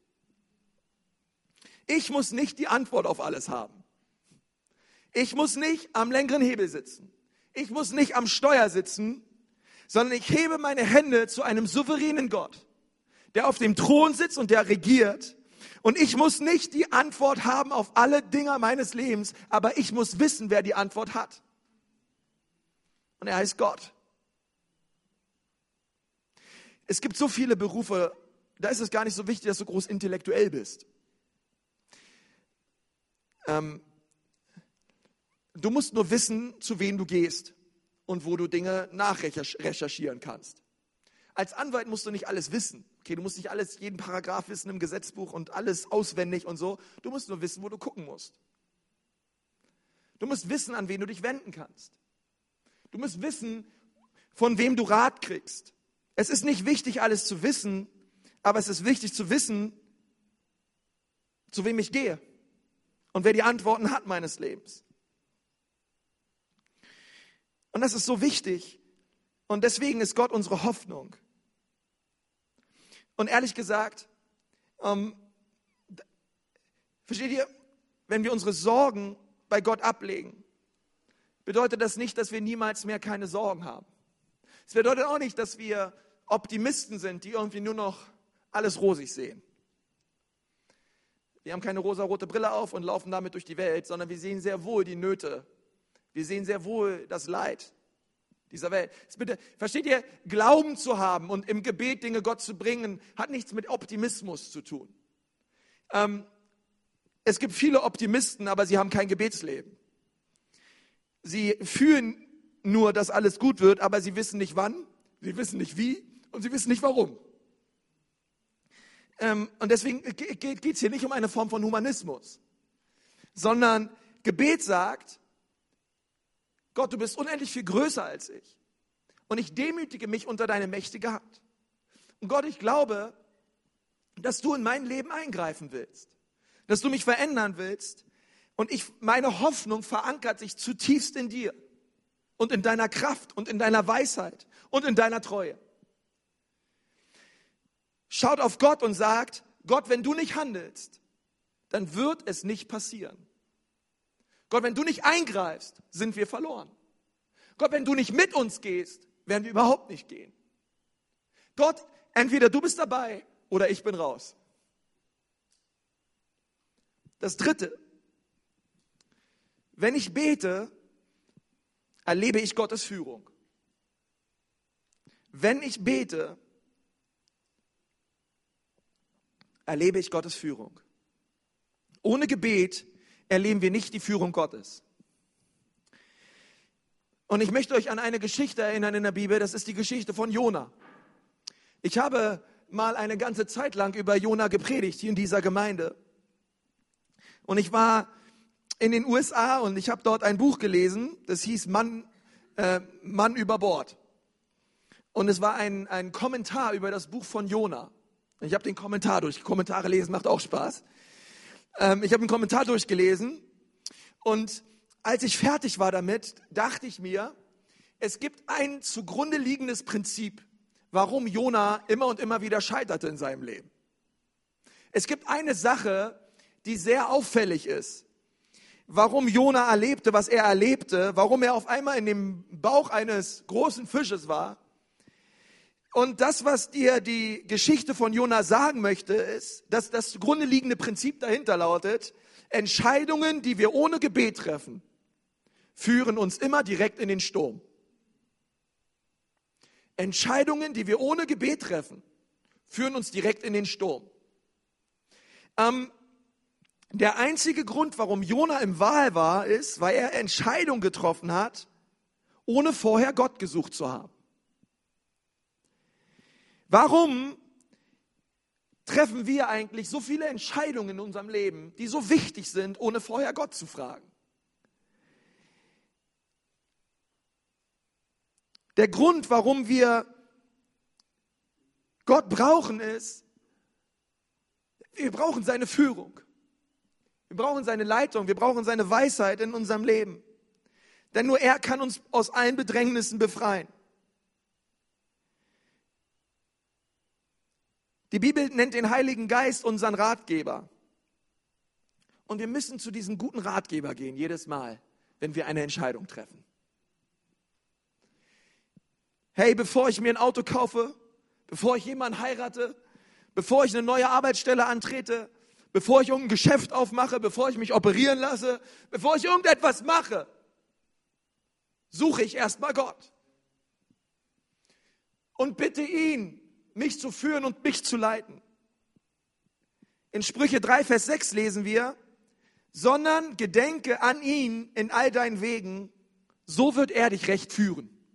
Ich muss nicht die Antwort auf alles haben. Ich muss nicht am längeren Hebel sitzen. Ich muss nicht am Steuer sitzen, sondern ich hebe meine Hände zu einem souveränen Gott, der auf dem Thron sitzt und der regiert. Und ich muss nicht die Antwort haben auf alle Dinge meines Lebens, aber ich muss wissen, wer die Antwort hat. Und er heißt Gott. Es gibt so viele Berufe, da ist es gar nicht so wichtig, dass du groß intellektuell bist. Du musst nur wissen, zu wem du gehst. und wo du Dinge nachrecherchieren kannst. Als Anwalt musst du nicht alles wissen. Okay, du musst nicht jeden Paragraph wissen im Gesetzbuch und alles auswendig und so. Du musst nur wissen, wo du gucken musst. Du musst wissen, an wen du dich wenden kannst. Du musst wissen, von wem du Rat kriegst. Es ist nicht wichtig, alles zu wissen, aber es ist wichtig zu wissen, zu wem ich gehe und wer die Antworten hat meines Lebens. Und das ist so wichtig und deswegen ist Gott unsere Hoffnung. Und ehrlich gesagt, versteht ihr, wenn wir unsere Sorgen bei Gott ablegen, bedeutet das nicht, dass wir niemals mehr keine Sorgen haben. Es bedeutet auch nicht, dass wir Optimisten sind, die irgendwie nur noch alles rosig sehen. Wir haben keine rosarote Brille auf und laufen damit durch die Welt, sondern wir sehen sehr wohl die Nöte. Wir sehen sehr wohl das Leid dieser Welt. Bitte, versteht ihr, Glauben zu haben und im Gebet Dinge Gott zu bringen, hat nichts mit Optimismus zu tun. Es gibt viele Optimisten, aber sie haben kein Gebetsleben. Sie fühlen nur, dass alles gut wird, aber sie wissen nicht wann, sie wissen nicht wie und sie wissen nicht warum. Und deswegen geht es hier nicht um eine Form von Humanismus, sondern Gebet sagt, Gott, du bist unendlich viel größer als ich und ich demütige mich unter deine mächtige Hand. Und Gott, ich glaube, dass du in mein Leben eingreifen willst, dass du mich verändern willst und meine Hoffnung verankert sich zutiefst in dir und in deiner Kraft und in deiner Weisheit und in deiner Treue. Schaut auf Gott und sagt, Gott, wenn du nicht handelst, dann wird es nicht passieren. Gott, wenn du nicht eingreifst, sind wir verloren. Gott, wenn du nicht mit uns gehst, werden wir überhaupt nicht gehen. Gott, entweder du bist dabei oder ich bin raus. Das Dritte, wenn ich bete, erlebe ich Gottes Führung. Wenn ich bete, erlebe ich Gottes Führung. Ohne Gebet erleben wir nicht die Führung Gottes. Und ich möchte euch an eine Geschichte erinnern in der Bibel, das ist die Geschichte von Jona. Ich habe mal eine ganze Zeit lang über Jona gepredigt, hier in dieser Gemeinde. Und ich war in den USA und ich habe dort ein Buch gelesen, das hieß Mann über Bord. Und es war ein Kommentar über das Buch von Jona. Ich habe den Kommentare lesen macht auch Spaß. Ich habe einen Kommentar durchgelesen und als ich fertig war damit, dachte ich mir, es gibt ein zugrunde liegendes Prinzip, warum Jona immer und immer wieder scheiterte in seinem Leben. Es gibt eine Sache, die sehr auffällig ist, warum Jona erlebte, was er erlebte, warum er auf einmal in dem Bauch eines großen Fisches war. Und das, was dir die Geschichte von Jona sagen möchte, ist, dass das zugrunde liegende Prinzip dahinter lautet, Entscheidungen, die wir ohne Gebet treffen, führen uns immer direkt in den Sturm. Entscheidungen, die wir ohne Gebet treffen, führen uns direkt in den Sturm. Der einzige Grund, warum Jona im Wal war, ist, weil er Entscheidungen getroffen hat, ohne vorher Gott gesucht zu haben. Warum treffen wir eigentlich so viele Entscheidungen in unserem Leben, die so wichtig sind, ohne vorher Gott zu fragen? Der Grund, warum wir Gott brauchen, ist, wir brauchen seine Führung. Wir brauchen seine Leitung, wir brauchen seine Weisheit in unserem Leben. Denn nur er kann uns aus allen Bedrängnissen befreien. Die Bibel nennt den Heiligen Geist unseren Ratgeber. Und wir müssen zu diesem guten Ratgeber gehen, jedes Mal, wenn wir eine Entscheidung treffen. Hey, bevor ich mir ein Auto kaufe, bevor ich jemanden heirate, bevor ich eine neue Arbeitsstelle antrete, bevor ich irgendein Geschäft aufmache, bevor ich mich operieren lasse, bevor ich irgendetwas mache, suche ich erstmal Gott. Und bitte ihn, mich zu führen und mich zu leiten. In Sprüche 3, Vers 6 lesen wir, sondern gedenke an ihn in all deinen Wegen, so wird er dich recht führen.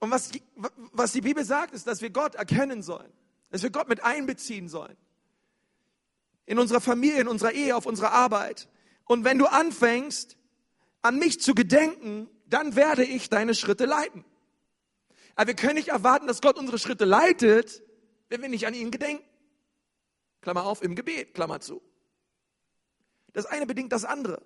Und was die Bibel sagt, ist, dass wir Gott erkennen sollen. Dass wir Gott mit einbeziehen sollen. In unserer Familie, in unserer Ehe, auf unserer Arbeit. Und wenn du anfängst, an mich zu gedenken, dann werde ich deine Schritte leiten. Aber wir können nicht erwarten, dass Gott unsere Schritte leitet, wenn wir nicht an ihn gedenken. Klammer auf, im Gebet, Klammer zu. Das eine bedingt das andere.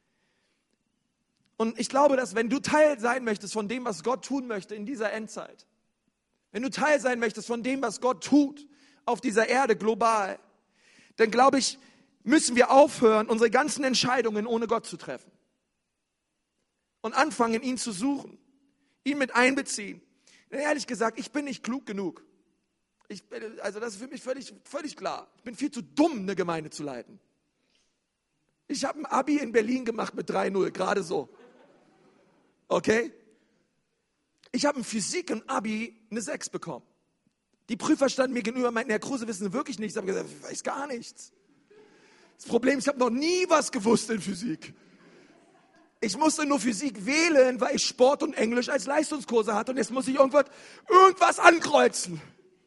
Und ich glaube, dass wenn du Teil sein möchtest von dem, was Gott tun möchte in dieser Endzeit, wenn du Teil sein möchtest von dem, was Gott tut auf dieser Erde global, dann glaube ich, müssen wir aufhören, unsere ganzen Entscheidungen ohne Gott zu treffen. Und anfangen, ihn zu suchen, ihn mit einbeziehen. Denn ehrlich gesagt, ich bin nicht klug genug. Also das ist für mich völlig klar. Ich bin viel zu dumm, eine Gemeinde zu leiten. Ich habe ein Abi in Berlin gemacht mit 3,0, gerade so. Okay? Ich habe in Physik im Abi eine 6 bekommen. Die Prüfer standen mir gegenüber und meinten, Herr Kruse, wissen Sie wirklich nichts? Ich habe gesagt, ich weiß gar nichts. Das Problem ist, ich habe noch nie was gewusst in Physik. Ich musste nur Physik wählen, weil ich Sport und Englisch als Leistungskurse hatte und jetzt muss ich irgendwas ankreuzen.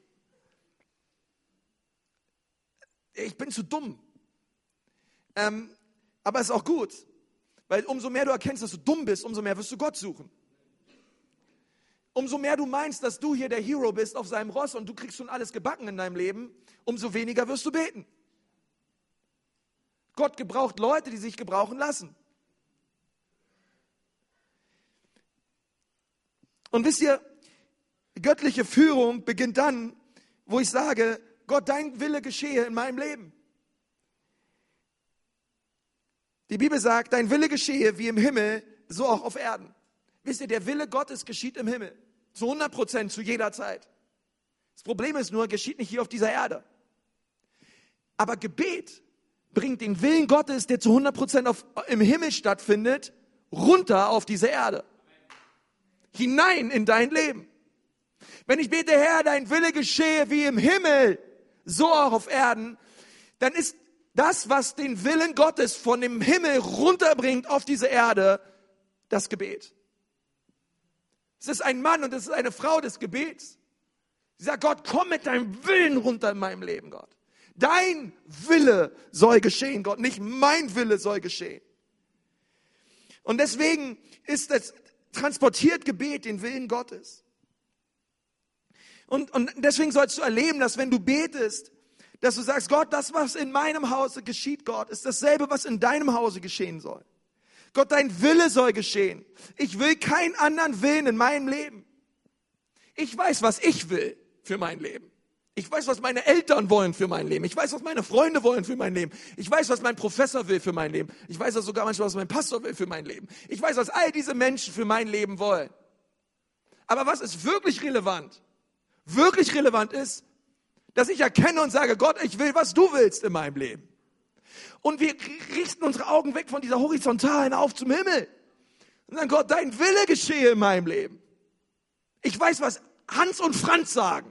Ich bin zu dumm. Aber es ist auch gut, weil umso mehr du erkennst, dass du dumm bist, umso mehr wirst du Gott suchen. Umso mehr du meinst, dass du hier der Hero bist auf seinem Ross und du kriegst schon alles gebacken in deinem Leben, umso weniger wirst du beten. Gott gebraucht Leute, die sich gebrauchen lassen. Und wisst ihr, göttliche Führung beginnt dann, wo ich sage, Gott, dein Wille geschehe in meinem Leben. Die Bibel sagt, dein Wille geschehe wie im Himmel, so auch auf Erden. Wisst ihr, der Wille Gottes geschieht im Himmel. Zu 100%, zu jeder Zeit. Das Problem ist nur, geschieht nicht hier auf dieser Erde. Aber Gebet bringt den Willen Gottes, der zu 100% im Himmel stattfindet, runter auf diese Erde. Hinein in dein Leben. Wenn ich bete, Herr, dein Wille geschehe wie im Himmel, so auch auf Erden, dann ist das, was den Willen Gottes von dem Himmel runterbringt auf diese Erde, das Gebet. Es ist ein Mann und es ist eine Frau des Gebets. Sie sagt, Gott, komm mit deinem Willen runter in meinem Leben, Gott. Dein Wille soll geschehen, Gott, nicht mein Wille soll geschehen. Und deswegen transportiert Gebet den Willen Gottes. Und deswegen sollst du erleben, dass wenn du betest, dass du sagst, Gott, das, was in meinem Hause geschieht, Gott, ist dasselbe, was in deinem Hause geschehen soll. Gott, dein Wille soll geschehen. Ich will keinen anderen Willen in meinem Leben. Ich weiß, was ich will für mein Leben. Ich weiß, was meine Eltern wollen für mein Leben. Ich weiß, was meine Freunde wollen für mein Leben. Ich weiß, was mein Professor will für mein Leben. Ich weiß sogar manchmal, was mein Pastor will für mein Leben. Ich weiß, was all diese Menschen für mein Leben wollen. Aber was ist wirklich relevant? Wirklich relevant ist, dass ich erkenne und sage, Gott, ich will, was du willst in meinem Leben. Und wir richten unsere Augen weg von dieser Horizontalen auf zum Himmel. Und sagen, Gott, dein Wille geschehe in meinem Leben. Ich weiß, was Hans und Franz sagen.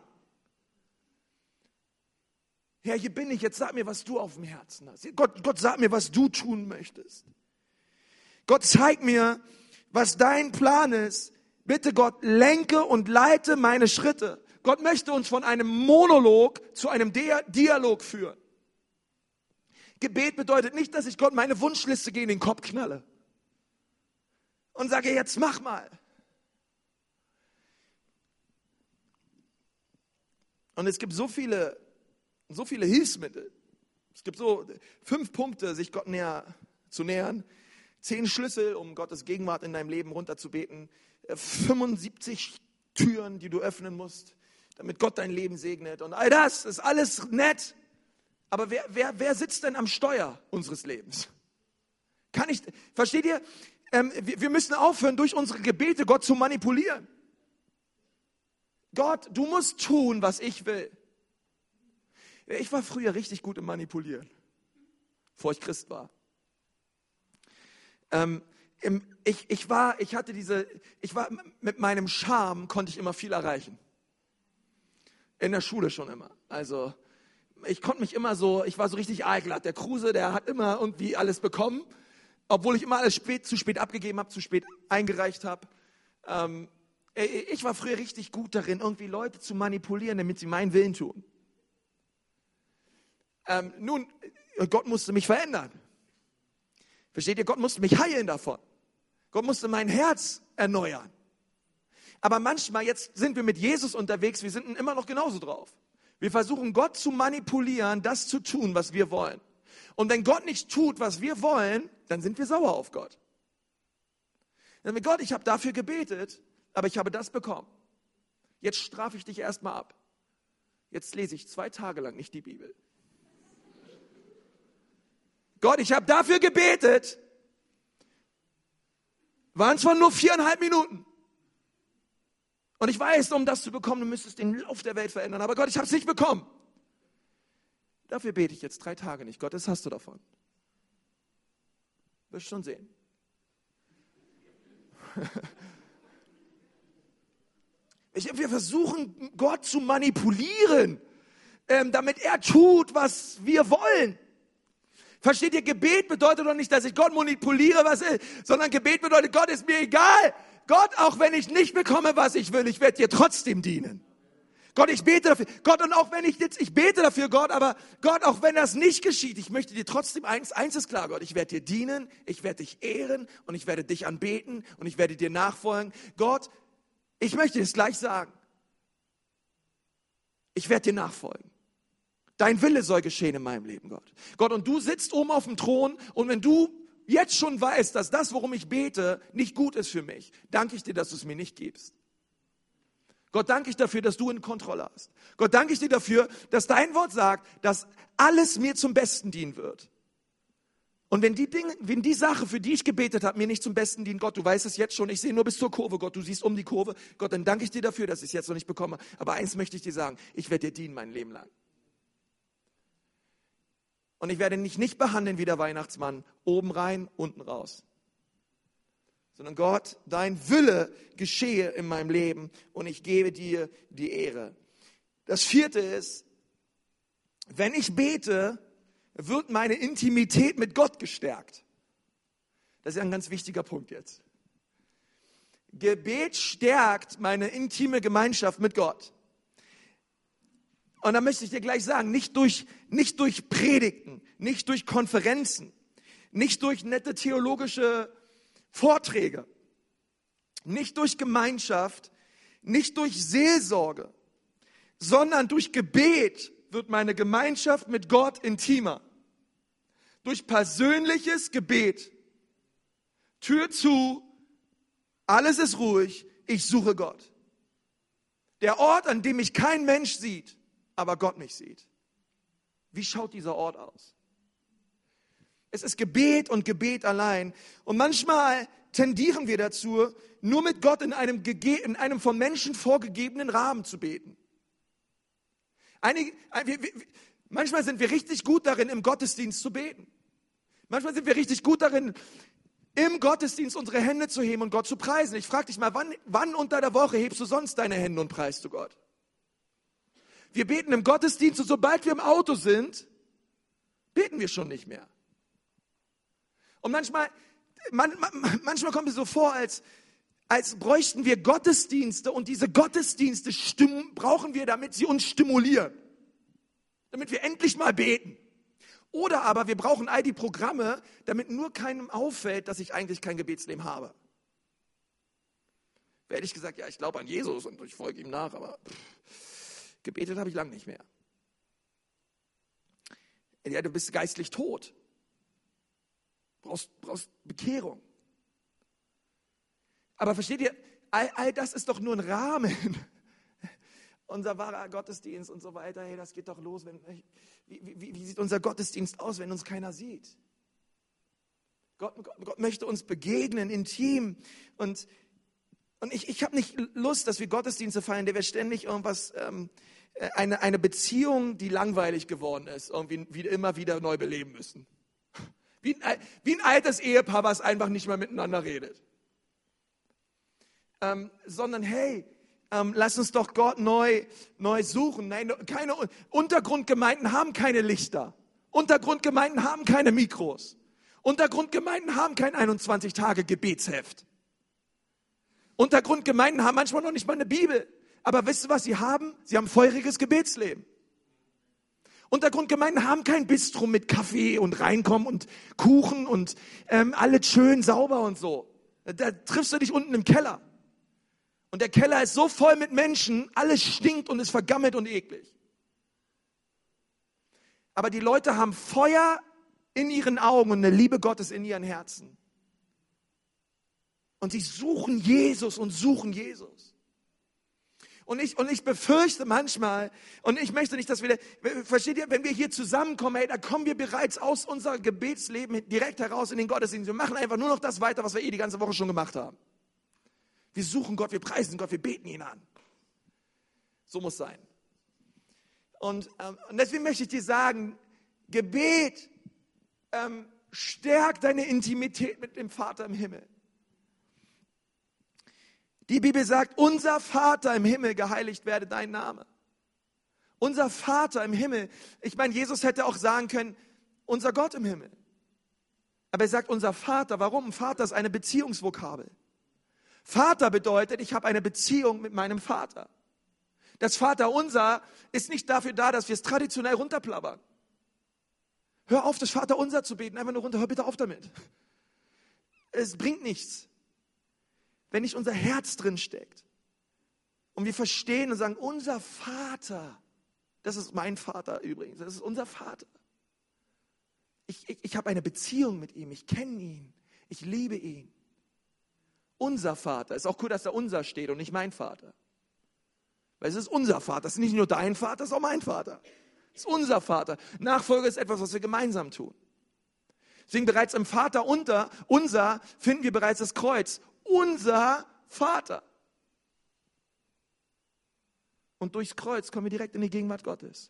Herr, hier bin ich, jetzt sag mir, was du auf dem Herzen hast. Gott, sag mir, was du tun möchtest. Gott, zeig mir, was dein Plan ist. Bitte, Gott, lenke und leite meine Schritte. Gott möchte uns von einem Monolog zu einem Dialog führen. Gebet bedeutet nicht, dass ich Gott meine Wunschliste gegen den Kopf knalle und sage, jetzt mach mal. Und es gibt so viele Hilfsmittel. Es gibt so 5 Punkte, sich Gott näher zu nähern. 10 Schlüssel, um Gottes Gegenwart in deinem Leben runterzubeten. 75 Türen, die du öffnen musst, damit Gott dein Leben segnet. Und all das ist alles nett. Aber wer sitzt denn am Steuer unseres Lebens? Versteht ihr? Wir müssen aufhören, durch unsere Gebete Gott zu manipulieren. Gott, du musst tun, was ich will. Ich war früher richtig gut im Manipulieren, bevor ich Christ war. Mit meinem Charme konnte ich immer viel erreichen. In der Schule schon immer. Also, ich konnte mich immer so, ich war so richtig aalglatt. Der Kruse, der hat immer irgendwie alles bekommen, obwohl ich immer alles zu spät abgegeben habe, zu spät eingereicht habe. Ich war früher richtig gut darin, irgendwie Leute zu manipulieren, damit sie meinen Willen tun. Nun, Gott musste mich verändern. Versteht ihr? Gott musste mich heilen davon. Gott musste mein Herz erneuern. Aber manchmal, jetzt sind wir mit Jesus unterwegs, wir sind immer noch genauso drauf. Wir versuchen Gott zu manipulieren, das zu tun, was wir wollen. Und wenn Gott nicht tut, was wir wollen, dann sind wir sauer auf Gott. Dann sagen wir, Gott, ich habe dafür gebetet, aber ich habe das bekommen. Jetzt strafe ich dich erstmal ab. Jetzt lese ich 2 Tage lang nicht die Bibel. Gott, ich habe dafür gebetet. Waren zwar nur 4,5 Minuten. Und ich weiß, um das zu bekommen, du müsstest den Lauf der Welt verändern. Aber Gott, ich habe es nicht bekommen. Dafür bete ich jetzt 3 Tage nicht. Gott, das hast du davon. Wirst schon sehen. Wir versuchen, Gott zu manipulieren, damit er tut, was wir wollen. Versteht ihr, Gebet bedeutet doch nicht, dass ich Gott manipuliere, sondern Gebet bedeutet, Gott ist mir egal. Gott, auch wenn ich nicht bekomme, was ich will, ich werde dir trotzdem dienen. Gott, ich bete dafür. Gott, und auch wenn ich bete dafür, Gott, aber Gott, auch wenn das nicht geschieht, ich möchte dir trotzdem eins ist klar, Gott, ich werde dir dienen, ich werde dich ehren und ich werde dich anbeten und ich werde dir nachfolgen. Gott, ich möchte es gleich sagen. Ich werde dir nachfolgen. Dein Wille soll geschehen in meinem Leben, Gott. Gott, und du sitzt oben auf dem Thron und wenn du jetzt schon weißt, dass das, worum ich bete, nicht gut ist für mich, danke ich dir, dass du es mir nicht gibst. Gott, danke ich dafür, dass du in Kontrolle hast. Gott, danke ich dir dafür, dass dein Wort sagt, dass alles mir zum Besten dienen wird. Und wenn die Sache, für die ich gebetet habe, mir nicht zum Besten dient, Gott, du weißt es jetzt schon, ich sehe nur bis zur Kurve, Gott, du siehst um die Kurve. Gott, dann danke ich dir dafür, dass ich es jetzt noch nicht bekomme. Aber eins möchte ich dir sagen, ich werde dir dienen mein Leben lang. Und ich werde dich nicht behandeln wie der Weihnachtsmann, oben rein, unten raus. Sondern Gott, dein Wille geschehe in meinem Leben und ich gebe dir die Ehre. Das 4. ist, wenn ich bete, wird meine Intimität mit Gott gestärkt. Das ist ein ganz wichtiger Punkt jetzt. Gebet stärkt meine intime Gemeinschaft mit Gott. Und da möchte ich dir gleich sagen, nicht durch Predigten, nicht durch Konferenzen, nicht durch nette theologische Vorträge, nicht durch Gemeinschaft, nicht durch Seelsorge, sondern durch Gebet wird meine Gemeinschaft mit Gott intimer. Durch persönliches Gebet. Tür zu, alles ist ruhig, ich suche Gott. Der Ort, an dem mich kein Mensch sieht, aber Gott mich sieht. Wie schaut dieser Ort aus? Es ist Gebet und Gebet allein. Und manchmal tendieren wir dazu, nur mit Gott in einem von Menschen vorgegebenen Rahmen zu beten. Manchmal sind wir richtig gut darin, im Gottesdienst zu beten. Manchmal sind wir richtig gut darin, im Gottesdienst unsere Hände zu heben und Gott zu preisen. Ich frage dich mal, wann unter der Woche hebst du sonst deine Hände und preist du Gott? Wir beten im Gottesdienst und sobald wir im Auto sind, beten wir schon nicht mehr. Und manchmal kommt es so vor, als bräuchten wir Gottesdienste und diese Gottesdienste brauchen wir, damit sie uns stimulieren. Damit wir endlich mal beten. Oder aber wir brauchen all die Programme, damit nur keinem auffällt, dass ich eigentlich kein Gebetsleben habe. Wer hätte ich gesagt, ja, ich glaube an Jesus und ich folge ihm nach, aber gebetet habe ich lange nicht mehr. Ja, du bist geistlich tot. Brauchst Bekehrung. Aber versteht ihr, all das ist doch nur ein Rahmen. Unser wahrer Gottesdienst und so weiter, hey, das geht doch los. Wie sieht unser Gottesdienst aus, wenn uns keiner sieht? Gott möchte uns begegnen, intim. Und ich habe nicht Lust, dass wir Gottesdienste feiern, der wir ständig irgendwas, eine Beziehung, die langweilig geworden ist, irgendwie immer wieder neu beleben müssen. Wie ein altes Ehepaar, was einfach nicht mehr miteinander redet. Sondern hey, lass uns doch Gott neu suchen. Nein, keine Untergrundgemeinden haben keine Lichter. Untergrundgemeinden haben keine Mikros. Untergrundgemeinden haben kein 21-Tage-Gebetsheft. Untergrundgemeinden haben manchmal noch nicht mal eine Bibel. Aber wisst ihr, was sie haben? Sie haben ein feuriges Gebetsleben. Untergrundgemeinden haben kein Bistro mit Kaffee und Reinkommen und Kuchen und alles schön sauber und so. Da triffst du dich unten im Keller. Und der Keller ist so voll mit Menschen, alles stinkt und ist vergammelt und eklig. Aber die Leute haben Feuer in ihren Augen und eine Liebe Gottes in ihren Herzen. Und sie suchen Jesus und suchen Jesus. Und ich befürchte manchmal, und ich möchte nicht, dass wir, versteht ihr, wenn wir hier zusammenkommen, hey, da kommen wir bereits aus unserem Gebetsleben direkt heraus in den Gottesdienst. Wir machen einfach nur noch das weiter, was wir die ganze Woche schon gemacht haben. Wir suchen Gott, wir preisen Gott, wir beten ihn an. So muss sein. Und deswegen möchte ich dir sagen, Gebet stärkt deine Intimität mit dem Vater im Himmel. Die Bibel sagt, unser Vater im Himmel, geheiligt werde dein Name. Unser Vater im Himmel. Ich meine, Jesus hätte auch sagen können, unser Gott im Himmel. Aber er sagt, unser Vater. Warum? Vater ist eine Beziehungsvokabel. Vater bedeutet, ich habe eine Beziehung mit meinem Vater. Das Vaterunser ist nicht dafür da, dass wir es traditionell runterplappern. Hör auf, das Vaterunser zu beten, einfach nur runter, hör bitte auf damit. Es bringt nichts. Wenn nicht unser Herz drin steckt und wir verstehen und sagen, unser Vater, das ist mein Vater übrigens, das ist unser Vater. Ich habe eine Beziehung mit ihm, ich kenne ihn, ich liebe ihn. Unser Vater, ist auch cool, dass da unser steht und nicht mein Vater. Weil es ist unser Vater, das ist nicht nur dein Vater, das ist auch mein Vater. Es ist unser Vater. Nachfolge ist etwas, was wir gemeinsam tun. Deswegen bereits im Vater unser finden wir bereits das Kreuz. Unser Vater. Und durchs Kreuz kommen wir direkt in die Gegenwart Gottes.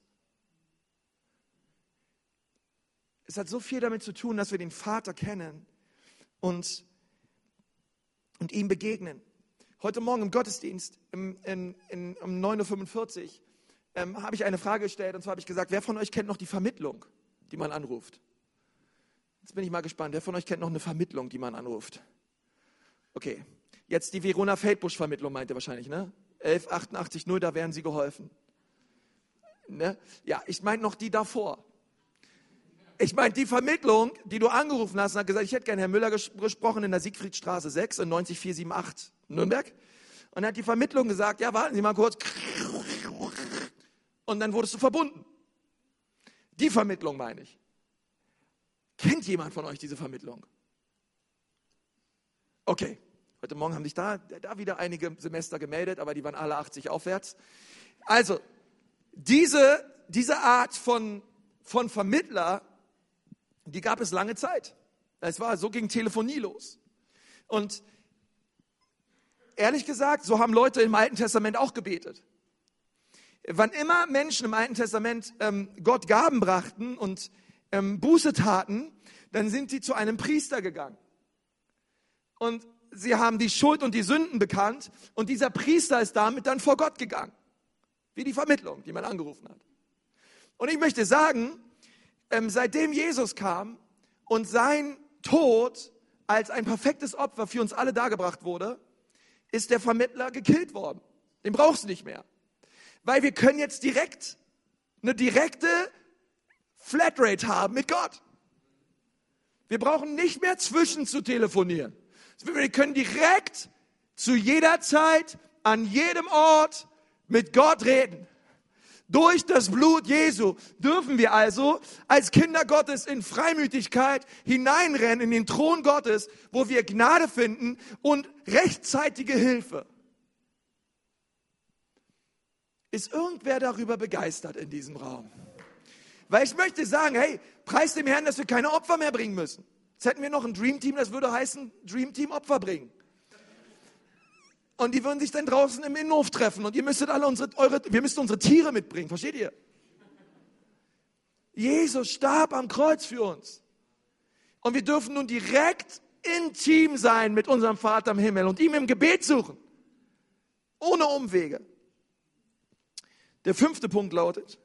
Es hat so viel damit zu tun, dass wir den Vater kennen und ihm begegnen. Heute Morgen im Gottesdienst um 9:45 Uhr habe ich eine Frage gestellt, und zwar habe ich gesagt, wer von euch kennt noch die Vermittlung, die man anruft? Jetzt bin ich mal gespannt, wer von euch kennt noch eine Vermittlung, die man anruft? Okay, jetzt die Verona Feldbusch-Vermittlung meint ihr wahrscheinlich, ne? 118880, da wären sie geholfen. Ne? Ja, ich meine noch die davor. Ich meine die Vermittlung, die du angerufen hast und hat gesagt, ich hätte gerne Herrn Müller gesprochen in der Siegfriedstraße 6 in 90478 Nürnberg. Und dann hat die Vermittlung gesagt, ja, warten Sie mal kurz. Und dann wurdest du verbunden. Die Vermittlung meine ich. Kennt jemand von euch diese Vermittlung? Okay, heute Morgen haben sich da wieder einige Semester gemeldet, aber die waren alle 80 aufwärts. Also, diese Art von Vermittler, die gab es lange Zeit. So ging Telefonie los. Und ehrlich gesagt, so haben Leute im Alten Testament auch gebetet. Wann immer Menschen im Alten Testament Gott Gaben brachten und Buße taten, dann sind sie zu einem Priester gegangen. Und sie haben die Schuld und die Sünden bekannt und dieser Priester ist damit dann vor Gott gegangen. Wie die Vermittlung, die man angerufen hat. Und ich möchte sagen, seitdem Jesus kam und sein Tod als ein perfektes Opfer für uns alle dargebracht wurde, ist der Vermittler gekillt worden. Den brauchst du nicht mehr. Weil wir können jetzt eine direkte Flatrate haben mit Gott. Wir brauchen nicht mehr zwischen zu telefonieren. Wir können direkt zu jeder Zeit, an jedem Ort mit Gott reden. Durch das Blut Jesu dürfen wir also als Kinder Gottes in Freimütigkeit hineinrennen in den Thron Gottes, wo wir Gnade finden und rechtzeitige Hilfe. Ist irgendwer darüber begeistert in diesem Raum? Weil ich möchte sagen, hey, preis dem Herrn, dass wir keine Opfer mehr bringen müssen. Jetzt hätten wir noch ein Dream Team, das würde heißen, Dream Team Opfer bringen. Und die würden sich dann draußen im Innenhof treffen und ihr müsstet alle wir müssten unsere Tiere mitbringen, versteht ihr? Jesus starb am Kreuz für uns. Und wir dürfen nun direkt intim sein mit unserem Vater im Himmel und ihm im Gebet suchen. Ohne Umwege. Der 5. Punkt lautet,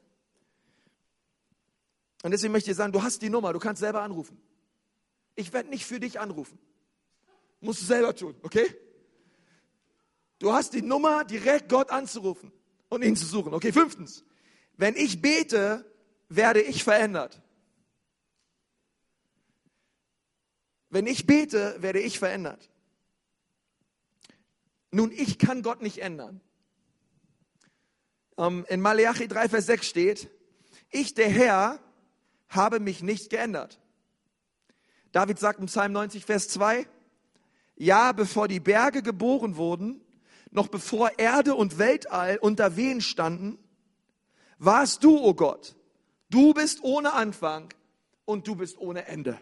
und deswegen möchte ich dir sagen, du hast die Nummer, du kannst selber anrufen. Ich werde nicht für dich anrufen. Musst du selber tun, okay? Du hast die Nummer, direkt Gott anzurufen und ihn zu suchen. Okay, 5. Wenn ich bete, werde ich verändert. Wenn ich bete, werde ich verändert. Nun, ich kann Gott nicht ändern. In Maleachi 3, Vers 6 steht, ich, der Herr, habe mich nicht geändert. David sagt im Psalm 90, Vers 2, ja, bevor die Berge geboren wurden, noch bevor Erde und Weltall unter Wehen standen, warst du, o Gott. Du bist ohne Anfang und du bist ohne Ende.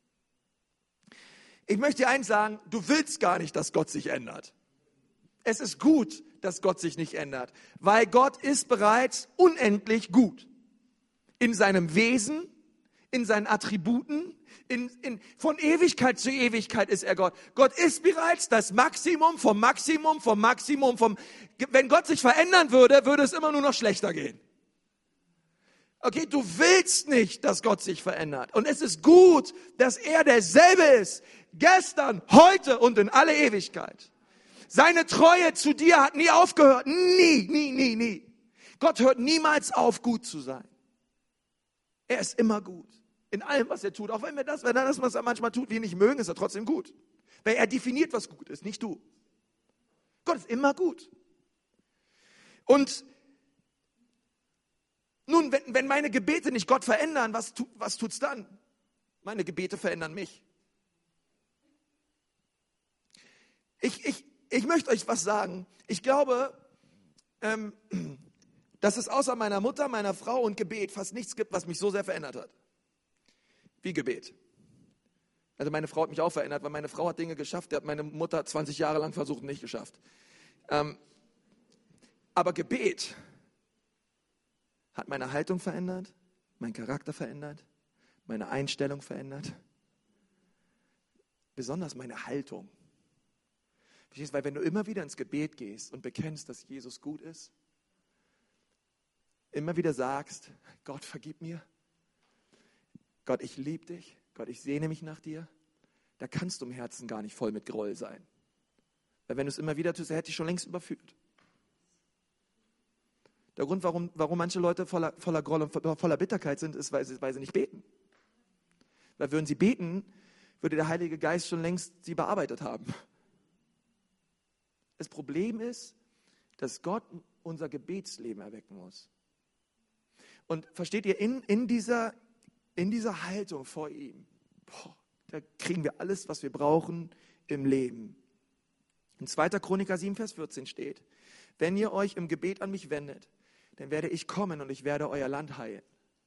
Ich möchte dir eins sagen, du willst gar nicht, dass Gott sich ändert. Es ist gut, dass Gott sich nicht ändert, weil Gott ist bereits unendlich gut. In seinem Wesen, in seinen Attributen, von Ewigkeit zu Ewigkeit ist er Gott. Gott ist bereits das Maximum vom Maximum vom Maximum vom... Wenn Gott sich verändern würde, würde es immer nur noch schlechter gehen. Okay, du willst nicht, dass Gott sich verändert. Und es ist gut, dass er derselbe ist. Gestern, heute und in alle Ewigkeit. Seine Treue zu dir hat nie aufgehört. Nie, nie, nie, nie. Gott hört niemals auf, gut zu sein. Er ist immer gut. In allem, was er tut. Auch wenn er das, was er manchmal tut, wir nicht mögen, ist er trotzdem gut. Weil er definiert, was gut ist, nicht du. Gott ist immer gut. Und nun, wenn meine Gebete nicht Gott verändern, was tut's dann? Meine Gebete verändern mich. Ich möchte euch was sagen. Ich glaube, dass es außer meiner Mutter, meiner Frau und Gebet fast nichts gibt, was mich so sehr verändert hat. Wie Gebet. Also meine Frau hat mich auch verändert, weil meine Frau hat Dinge geschafft, die hat meine Mutter 20 Jahre lang versucht und nicht geschafft. Aber Gebet hat meine Haltung verändert, meinen Charakter verändert, meine Einstellung verändert. Besonders meine Haltung. Verstehst du? Weil wenn du immer wieder ins Gebet gehst und bekennst, dass Jesus gut ist, immer wieder sagst, Gott, vergib mir. Gott, ich liebe dich. Gott, ich sehne mich nach dir. Da kannst du im Herzen gar nicht voll mit Groll sein. Weil wenn du es immer wieder tust, er hätte dich schon längst überführt. Der Grund, warum manche Leute voller Groll und voller Bitterkeit sind, ist, weil sie nicht beten. Weil würden sie beten, würde der Heilige Geist schon längst sie bearbeitet haben. Das Problem ist, dass Gott unser Gebetsleben erwecken muss. Und versteht ihr, in dieser Haltung vor ihm, da kriegen wir alles, was wir brauchen im Leben. In 2. Chroniker 7, Vers 14 steht, wenn ihr euch im Gebet an mich wendet, dann werde ich kommen und ich werde euer Land heilen.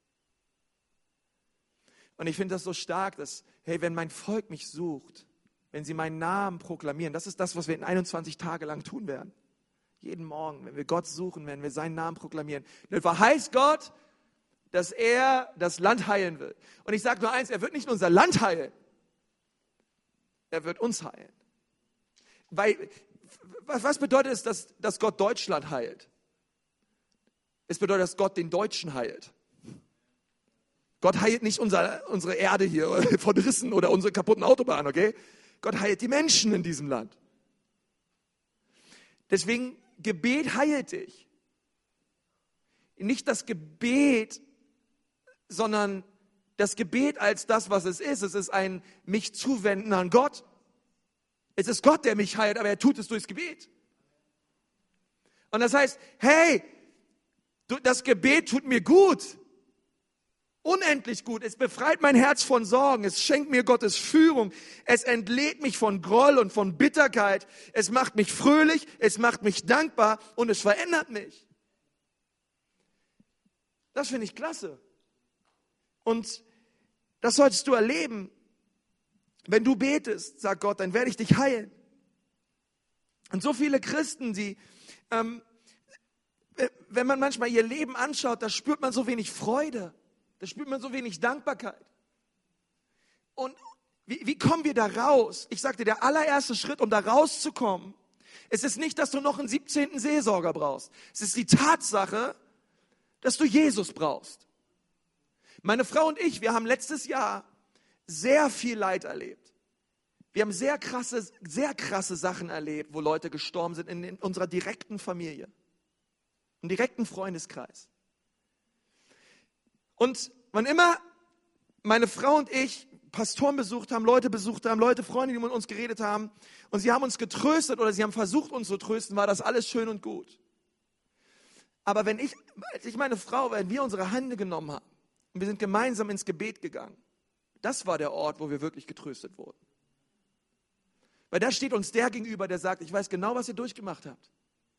Und ich finde das so stark, dass, hey, wenn mein Volk mich sucht, wenn sie meinen Namen proklamieren, das ist das, was wir in 21 Tage lang tun werden. Jeden Morgen, wenn wir Gott suchen, wenn wir seinen Namen proklamieren, dann verheißt Gott, dass er das Land heilen will. Und ich sage nur eins, er wird nicht nur unser Land heilen, er wird uns heilen. Weil, was bedeutet es, dass Gott Deutschland heilt? Es bedeutet, dass Gott den Deutschen heilt. Gott heilt nicht unsere Erde hier von Rissen oder unsere kaputten Autobahnen, okay? Gott heilt die Menschen in diesem Land. Deswegen, Gebet heilt dich. Nicht das Gebet, sondern das Gebet als das, was es ist. Es ist ein mich zuwenden an Gott. Es ist Gott, der mich heilt, aber er tut es durchs Gebet. Und das heißt, hey, das Gebet tut mir gut. Unendlich gut. Es befreit mein Herz von Sorgen. Es schenkt mir Gottes Führung. Es entlädt mich von Groll und von Bitterkeit. Es macht mich fröhlich. Es macht mich dankbar und es verändert mich. Das finde ich klasse. Und das solltest du erleben. Wenn du betest, sagt Gott, dann werde ich dich heilen. Und so viele Christen, die, wenn man manchmal ihr Leben anschaut, da spürt man so wenig Freude. Da spürt man so wenig Dankbarkeit. Und wie kommen wir da raus? Ich sagte, der allererste Schritt, um da rauszukommen, es ist nicht, dass du noch einen 17. Seelsorger brauchst. Es ist die Tatsache, dass du Jesus brauchst. Meine Frau und ich, wir haben letztes Jahr sehr viel Leid erlebt. Wir haben sehr krasse Sachen erlebt, wo Leute gestorben sind in unserer direkten Familie, im direkten Freundeskreis. Und wann immer meine Frau und ich Pastoren besucht haben, Leute, Freunde, die mit uns geredet haben und sie haben uns getröstet oder sie haben versucht, uns zu trösten, war das alles schön und gut. Aber wenn wir unsere Hände genommen haben und wir sind gemeinsam ins Gebet gegangen, das war der Ort, wo wir wirklich getröstet wurden. Weil da steht uns der gegenüber, der sagt, ich weiß genau, was ihr durchgemacht habt.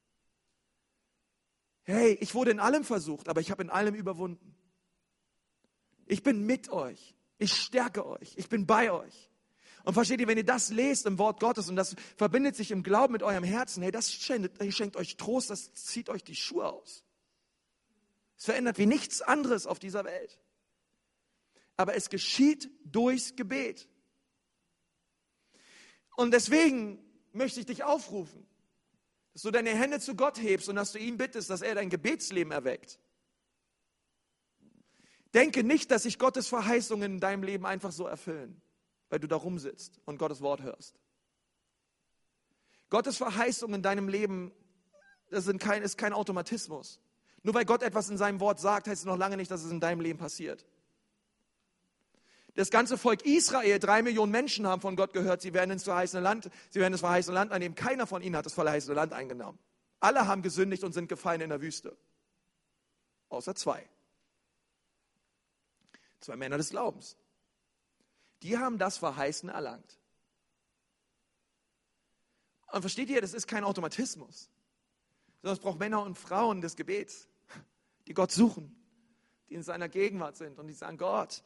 Hey, ich wurde in allem versucht, aber ich habe in allem überwunden. Ich bin mit euch. Ich stärke euch. Ich bin bei euch. Und versteht ihr, wenn ihr das lest im Wort Gottes und das verbindet sich im Glauben mit eurem Herzen, hey, das schenkt euch Trost, das zieht euch die Schuhe aus. Es verändert wie nichts anderes auf dieser Welt. Aber es geschieht durchs Gebet. Und deswegen möchte ich dich aufrufen, dass du deine Hände zu Gott hebst und dass du ihn bittest, dass er dein Gebetsleben erweckt. Denke nicht, dass sich Gottes Verheißungen in deinem Leben einfach so erfüllen, weil du da rumsitzt und Gottes Wort hörst. Gottes Verheißungen in deinem Leben, ist kein Automatismus. Nur weil Gott etwas in seinem Wort sagt, heißt es noch lange nicht, dass es in deinem Leben passiert. Das ganze Volk Israel, 3 Millionen Menschen haben von Gott gehört, sie werden das verheißene Land einnehmen. Keiner von ihnen hat das verheißene Land eingenommen. Alle haben gesündigt und sind gefallen in der Wüste. Außer 2. 2 Männer des Glaubens. Die haben das Verheißene erlangt. Und versteht ihr, das ist kein Automatismus, sondern es braucht Männer und Frauen des Gebets, die Gott suchen, die in seiner Gegenwart sind und die sagen, Gott,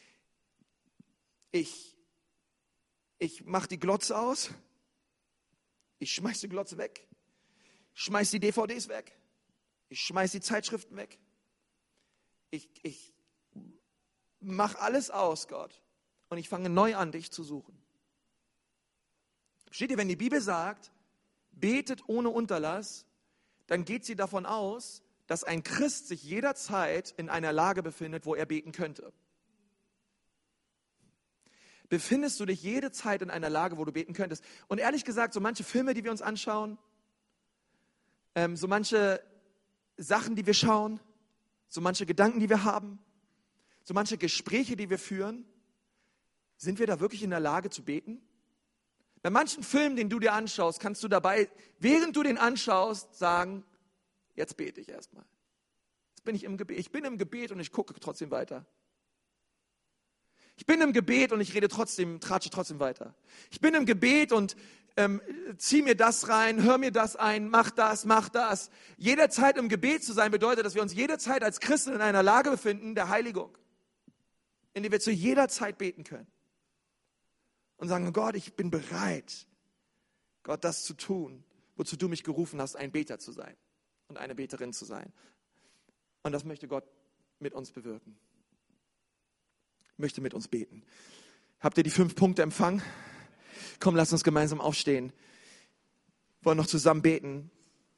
ich mache die Glotze aus, ich schmeiß die Glotze weg, ich schmeiß die DVDs weg, ich schmeiß die Zeitschriften weg, ich mach alles aus, Gott, und ich fange neu an, dich zu suchen. Steht ihr, wenn die Bibel sagt, betet ohne Unterlass, dann geht sie davon aus, dass ein Christ sich jederzeit in einer Lage befindet, wo er beten könnte. Befindest du dich jede Zeit in einer Lage, wo du beten könntest? Und ehrlich gesagt, so manche Filme, die wir uns anschauen, so manche Sachen, die wir schauen, so manche Gedanken, die wir haben, so manche Gespräche, die wir führen, sind wir da wirklich in der Lage zu beten? Bei manchen Filmen, den du dir anschaust, kannst du dabei, während du den anschaust, sagen, jetzt bete ich erstmal. Jetzt bin ich im Gebet. Ich bin im Gebet und ich gucke trotzdem weiter. Ich bin im Gebet und ich tratsche trotzdem weiter. Ich bin im Gebet und zieh mir das rein, hör mir das ein, mach das. Jederzeit im Gebet zu sein bedeutet, dass wir uns jederzeit als Christen in einer Lage befinden, der Heiligung, in der wir zu jeder Zeit beten können. Und sagen, Gott, ich bin bereit, Gott, das zu tun, wozu du mich gerufen hast, ein Beter zu sein und eine Beterin zu sein. Und das möchte Gott mit uns bewirken. Möchte mit uns beten. Habt ihr die 5 Punkte empfangen? Komm, lasst uns gemeinsam aufstehen. Wir wollen noch zusammen beten.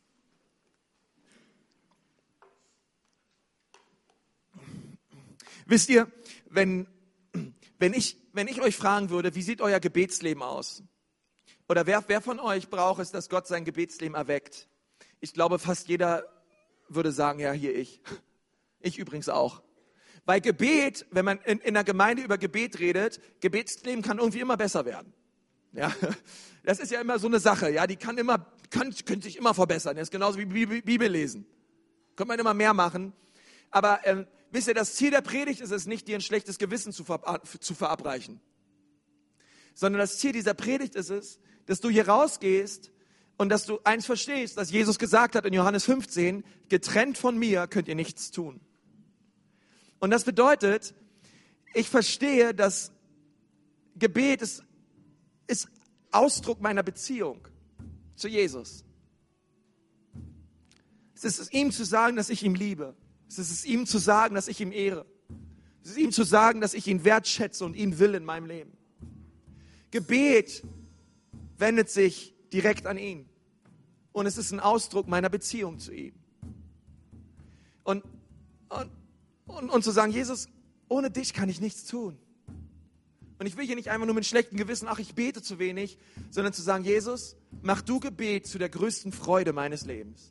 Wisst ihr, wenn ich euch fragen würde, wie sieht euer Gebetsleben aus? Oder wer von euch braucht es, dass Gott sein Gebetsleben erweckt? Ich glaube, fast jeder würde sagen, ja, hier ich. Ich übrigens auch. Weil Gebet, wenn man in der Gemeinde über Gebet redet, Gebetsleben kann irgendwie immer besser werden. Ja, das ist ja immer so eine Sache, ja, die kann sich immer verbessern. Das ist genauso wie Bibel lesen. Könnte man immer mehr machen. Aber wisst ihr, das Ziel der Predigt ist es nicht, dir ein schlechtes Gewissen zu verabreichen. Sondern das Ziel dieser Predigt ist es, dass du hier rausgehst und dass du eins verstehst, dass Jesus gesagt hat in Johannes 15, getrennt von mir könnt ihr nichts tun. Und das bedeutet, ich verstehe, dass Gebet ist Ausdruck meiner Beziehung zu Jesus. Es ist ihm zu sagen, dass ich ihn liebe. Es ist ihm zu sagen, dass ich ihn ehre. Es ist ihm zu sagen, dass ich ihn wertschätze und ihn will in meinem Leben. Gebet wendet sich direkt an ihn. Und es ist ein Ausdruck meiner Beziehung zu ihm. Und zu sagen, Jesus, ohne dich kann ich nichts tun. Und ich will hier nicht einfach nur mit schlechtem Gewissen, ach, ich bete zu wenig, sondern zu sagen, Jesus, mach du Gebet zu der größten Freude meines Lebens.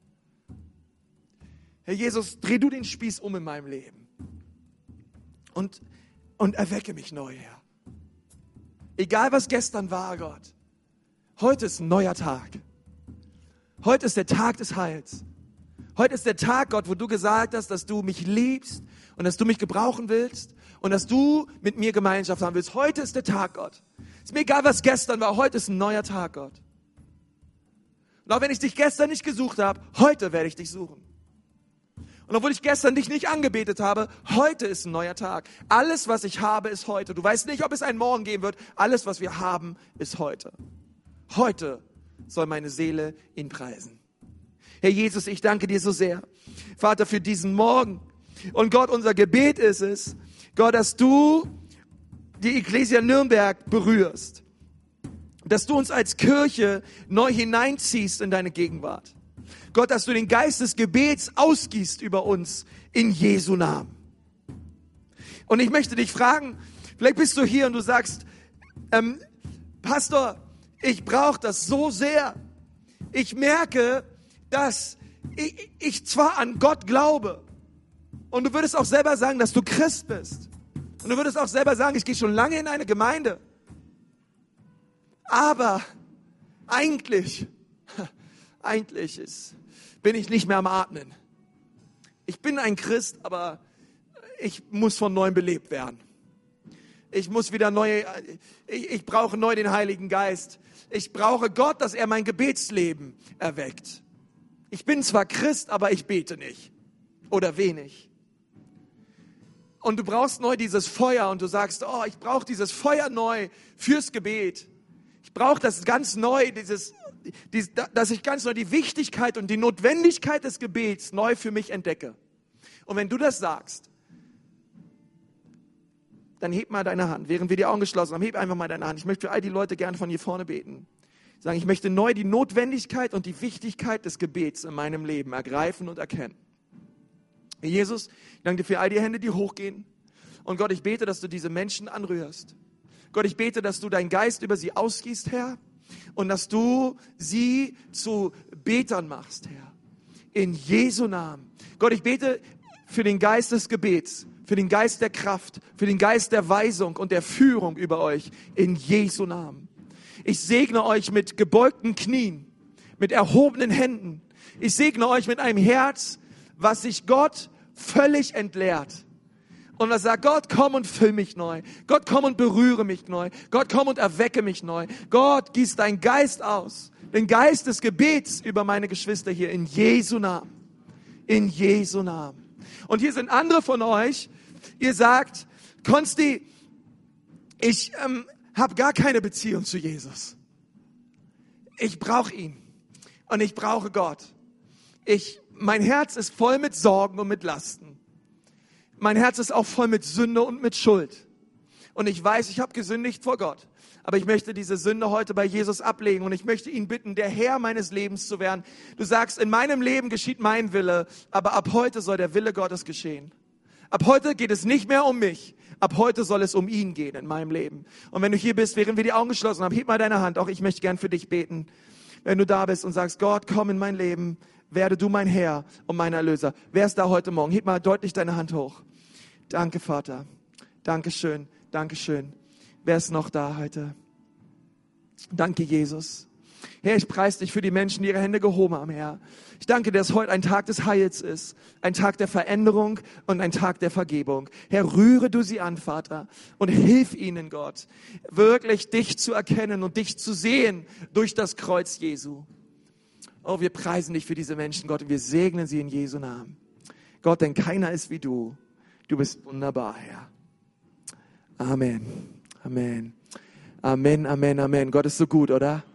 Herr Jesus, dreh du den Spieß um in meinem Leben und erwecke mich neu, Herr. Egal, was gestern war, Gott, heute ist ein neuer Tag. Heute ist der Tag des Heils. Heute ist der Tag, Gott, wo du gesagt hast, dass du mich liebst und dass du mich gebrauchen willst und dass du mit mir Gemeinschaft haben willst. Heute ist der Tag, Gott. Ist mir egal, was gestern war. Heute ist ein neuer Tag, Gott. Und auch wenn ich dich gestern nicht gesucht habe, heute werde ich dich suchen. Und obwohl ich gestern dich nicht angebetet habe, heute ist ein neuer Tag. Alles, was ich habe, ist heute. Du weißt nicht, ob es einen Morgen geben wird. Alles, was wir haben, ist heute. Heute soll meine Seele ihn preisen. Herr Jesus, ich danke dir so sehr, Vater, für diesen Morgen. Und Gott, unser Gebet ist es, Gott, dass du die Ecclesia Nürnberg berührst. Dass du uns als Kirche neu hineinziehst in deine Gegenwart. Gott, dass du den Geist des Gebets ausgießt über uns in Jesu Namen. Und ich möchte dich fragen, vielleicht bist du hier und du sagst, Pastor, ich brauche das so sehr. Ich merke, dass ich zwar an Gott glaube und du würdest auch selber sagen, dass du Christ bist. Und du würdest auch selber sagen, ich gehe schon lange in eine Gemeinde. Aber eigentlich bin ich nicht mehr am Atmen. Ich bin ein Christ, aber ich muss von neuem belebt werden. Ich muss wieder ich brauche neu den Heiligen Geist. Ich brauche Gott, dass er mein Gebetsleben erweckt. Ich bin zwar Christ, aber ich bete nicht oder wenig. Und du brauchst neu dieses Feuer und du sagst, oh, ich brauche dieses Feuer neu fürs Gebet. Ich brauche das ganz neu, dass ich ganz neu die Wichtigkeit und die Notwendigkeit des Gebets neu für mich entdecke. Und wenn du das sagst, dann heb mal deine Hand, während wir die Augen geschlossen haben, heb einfach mal deine Hand. Ich möchte für all die Leute gerne von hier vorne beten. Sagen, ich möchte neu die Notwendigkeit und die Wichtigkeit des Gebets in meinem Leben ergreifen und erkennen. Jesus, ich danke dir für all die Hände, die hochgehen. Und Gott, ich bete, dass du diese Menschen anrührst. Gott, ich bete, dass du deinen Geist über sie ausgießt, Herr. Und dass du sie zu Betern machst, Herr. In Jesu Namen. Gott, ich bete für den Geist des Gebets, für den Geist der Kraft, für den Geist der Weisung und der Führung über euch. In Jesu Namen. Ich segne euch mit gebeugten Knien, mit erhobenen Händen. Ich segne euch mit einem Herz, was sich Gott völlig entleert. Und was sagt, Gott, komm und füll mich neu. Gott, komm und berühre mich neu. Gott, komm und erwecke mich neu. Gott, gieß deinen Geist aus. Den Geist des Gebets über meine Geschwister hier in Jesu Namen. In Jesu Namen. Und hier sind andere von euch. Ihr sagt, Konsti, ich habe gar keine Beziehung zu Jesus. Ich brauche ihn. Und ich brauche Gott. Mein Herz ist voll mit Sorgen und mit Lasten. Mein Herz ist auch voll mit Sünde und mit Schuld. Und ich weiß, ich habe gesündigt vor Gott. Aber ich möchte diese Sünde heute bei Jesus ablegen und ich möchte ihn bitten, der Herr meines Lebens zu werden. Du sagst, in meinem Leben geschieht mein Wille, aber ab heute soll der Wille Gottes geschehen. Ab heute geht es nicht mehr um mich. Ab heute soll es um ihn gehen in meinem Leben. Und wenn du hier bist, während wir die Augen geschlossen haben, heb mal deine Hand. Auch ich möchte gern für dich beten. Wenn du da bist und sagst, Gott, komm in mein Leben, werde du mein Herr und mein Erlöser. Wer ist da heute Morgen? Heb mal deutlich deine Hand hoch. Danke, Vater. Dankeschön. Dankeschön. Wer ist noch da heute? Danke, Jesus. Herr, ich preise dich für die Menschen, die ihre Hände gehoben haben, Herr. Ich danke dir, dass heute ein Tag des Heils ist, ein Tag der Veränderung und ein Tag der Vergebung. Herr, rühre du sie an, Vater, und hilf ihnen, Gott, wirklich dich zu erkennen und dich zu sehen durch das Kreuz Jesu. Oh, wir preisen dich für diese Menschen, Gott, und wir segnen sie in Jesu Namen. Gott, denn keiner ist wie du. Du bist wunderbar, Herr. Amen. Amen. Amen, Amen, Amen. Gott ist so gut, oder?